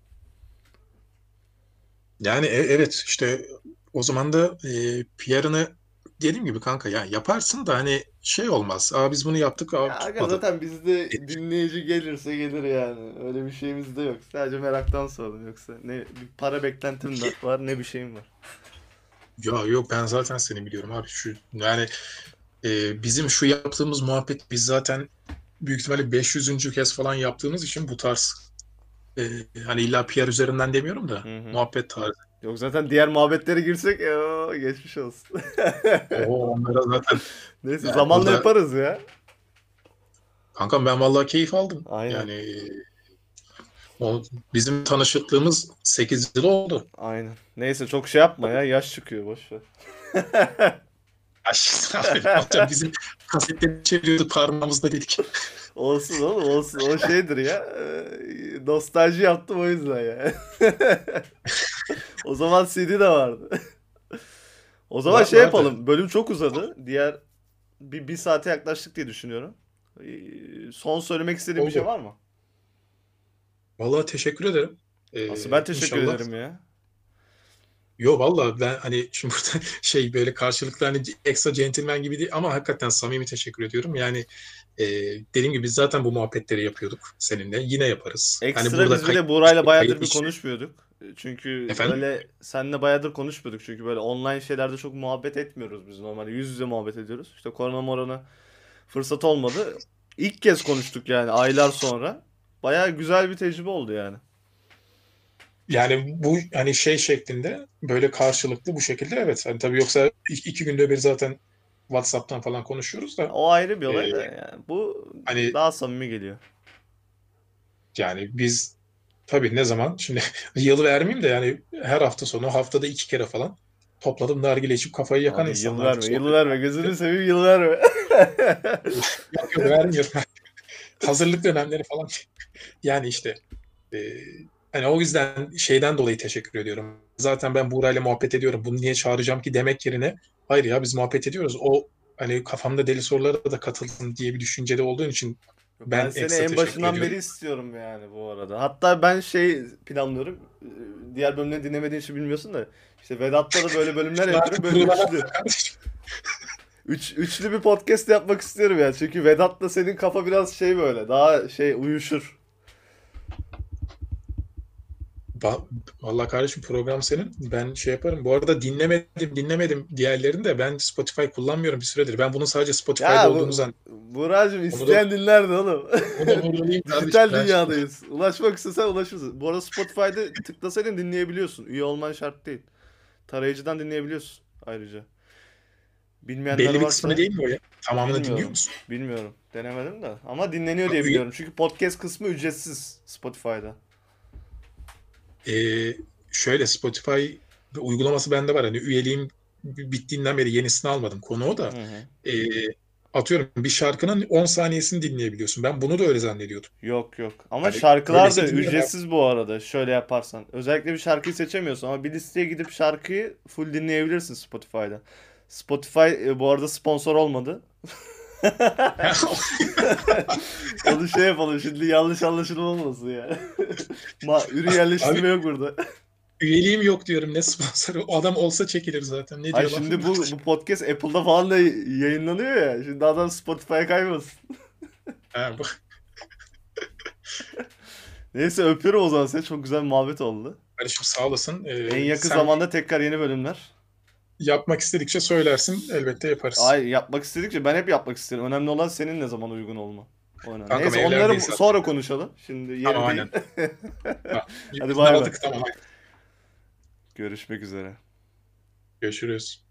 Yani e- evet işte o zaman da e, P R'ını dediğim gibi kanka ya yaparsın da hani şey olmaz. Aa biz bunu yaptık, Ya aa aga tutmadı. zaten bizde dinleyici gelirse gelir yani. Öyle bir şeyimiz de yok. Sadece meraktan sordum, yoksa ne bir para beklentim de var ne bir şeyim var. Ya yok ben zaten seni biliyorum abi. Şu yani e, bizim şu yaptığımız muhabbet biz zaten büyük ihtimalle beş yüzüncü kez falan yaptığımız için bu tarz e, hani illa P R üzerinden demiyorum da Hı hı. muhabbet tarzı. Yok zaten diğer muhabbetlere girsek ya geçmiş olsun. O onlara zaten Neyse yani zamanla burada yaparız ya. kankam ben vallahi keyif aldım. Aynen. Yani o bizim tanışıklığımız sekiz yıl oldu. Aynen. Neyse çok şey yapma ya, yaş çıkıyor, boş ver. Aşağı bizim kasetleri çeviriyorduk parmağımızda dedik. Olsun oğlum, olsun. O şeydir ya. Ee, Nostalji yaptım o yüzden ya. O zaman C D de vardı. O zaman Var şey vardı. yapalım. Bölüm çok uzadı. Diğer bir, bir saate yaklaştık diye düşünüyorum. Ee, Son söylemek istediğin bir şey Oldu. var mı? Vallahi teşekkür ederim. Asıl Ee, ben teşekkür inşallah. ederim ya. Yo vallahi ben hani şimdi burada şey böyle karşılıklı hani ekstra centilmen gibi değil ama hakikaten samimi teşekkür ediyorum. Yani e, dediğim gibi biz zaten bu muhabbetleri yapıyorduk seninle. Yine yaparız. Hani Ekstra burada biz bir kayıt de Buğra'yla bayağıdır kayıt bir işi. konuşmuyorduk. Çünkü Efendim? öyle seninle bayağıdır konuşmuyorduk. Çünkü böyle online şeylerde çok muhabbet etmiyoruz biz. Normalde yüz yüze muhabbet ediyoruz. İşte korona morona fırsat olmadı. İlk kez konuştuk yani aylar sonra. Bayağı güzel bir tecrübe oldu yani. Yani bu hani şey şeklinde böyle karşılıklı bu şekilde evet. Hani tabii yoksa iki, iki günde bir zaten WhatsApp'tan falan konuşuyoruz da O ayrı bir e, olay da yani. Bu hani daha samimi geliyor. yani biz tabii ne zaman şimdi yıl vermeyeyim de yani her hafta sonu haftada iki kere falan topladım nargile içip kafayı yakan Abi yıl insanlardık verme, yıl sohbet. verme. Gözünü seveyim yıl verme. Yok yok vermiyorum. Hazırlık dönemleri falan. Yani işte e, hani o yüzden şeyden dolayı teşekkür ediyorum. Zaten ben Buğra'yla muhabbet ediyorum. Bunu niye çağıracağım ki demek yerine hayır ya biz muhabbet ediyoruz. O hani kafamda deli sorulara da katılsın diye bir düşüncede olduğun için Ben ben seni ekstra en teşekkür başından beri ediyorum. istiyorum yani bu arada. Hatta ben şey planlıyorum. Diğer bölümleri dinlemediğin için bilmiyorsun da. İşte Vedat'ta da böyle bölümler Şunu yapıyorum. artık Böyle kurulamazsa üçlü. kardeşim. Üç, üçlü bir podcast yapmak istiyorum ya. Çünkü Vedat'la senin kafa biraz şey böyle. Daha şey uyuşur. Ba- Vallahi kardeşim program senin. Ben şey yaparım. Bu arada dinlemedim dinlemedim diğerlerini de ben Spotify kullanmıyorum bir süredir. Ben bunun sadece Spotify'da Ya olduğunu bu zannediyorum. Buracığım Onu da, isteyen dinler de oğlum. onu da vurgulayayım kardeşim. Dijital Ben şimdi dünyadayız. Ulaşmak istesen ulaşırsın. Bu arada Spotify'da tıklasaydın dinleyebiliyorsun. Üye olman şart değil. Tarayıcıdan dinleyebiliyorsun ayrıca. Bilmeyenler belli bir kısmını varsa değil mi o ya? Tamamını dinliyor bilmiyorum. musun? Bilmiyorum. Denemedim de. Ama dinleniyor diye Üye- biliyorum. Çünkü podcast kısmı ücretsiz Spotify'da. Ee, Şöyle Spotify uygulaması bende var. Hani üyeliğim bittiğinden beri yenisini almadım. Konu o da. Hı hı. Ee, Atıyorum bir şarkının on saniyesini dinleyebiliyorsun. Ben bunu da öyle zannediyordum. Yok yok. Ama Hani şarkılar da öyleyse dinliyorum abi. ücretsiz bu arada. Şöyle yaparsan. Özellikle bir şarkıyı seçemiyorsun ama bir listeye gidip şarkıyı full dinleyebilirsin Spotify'da. Spotify e, bu arada sponsor olmadı. Onu şey yapalım şimdi yanlış anlaşılma olmasın ya. Ma ürün Abi yerleştirme yok burada. üyeliğim yok diyorum. Ne sponsoru? O adam olsa çekilir zaten. Ne Ay diyor lafım şimdi var. bu bu podcast Apple'da falan da yayınlanıyor ya. Şimdi adam Spotify'a kaymasın. Ha, bu. Neyse öpüyorum o zaman seni. Çok güzel bir muhabbet oldu. Kardeşim sağ olasın. En Ee, yakın sen zamanda tekrar yeni bölümler. yapmak istedikçe söylersin. Elbette yaparız. Ay yapmak istedikçe ben hep yapmak isterim. Önemli olan senin ne zaman uygun olma. O önemli. Kankam Neyse onları evlerdeyiz zaten. sonra konuşalım. Şimdi Tamam yeri değil. aynen. Ha, Hadi yüzünü bay bay. aldık tamam. Görüşmek üzere. Görüşürüz.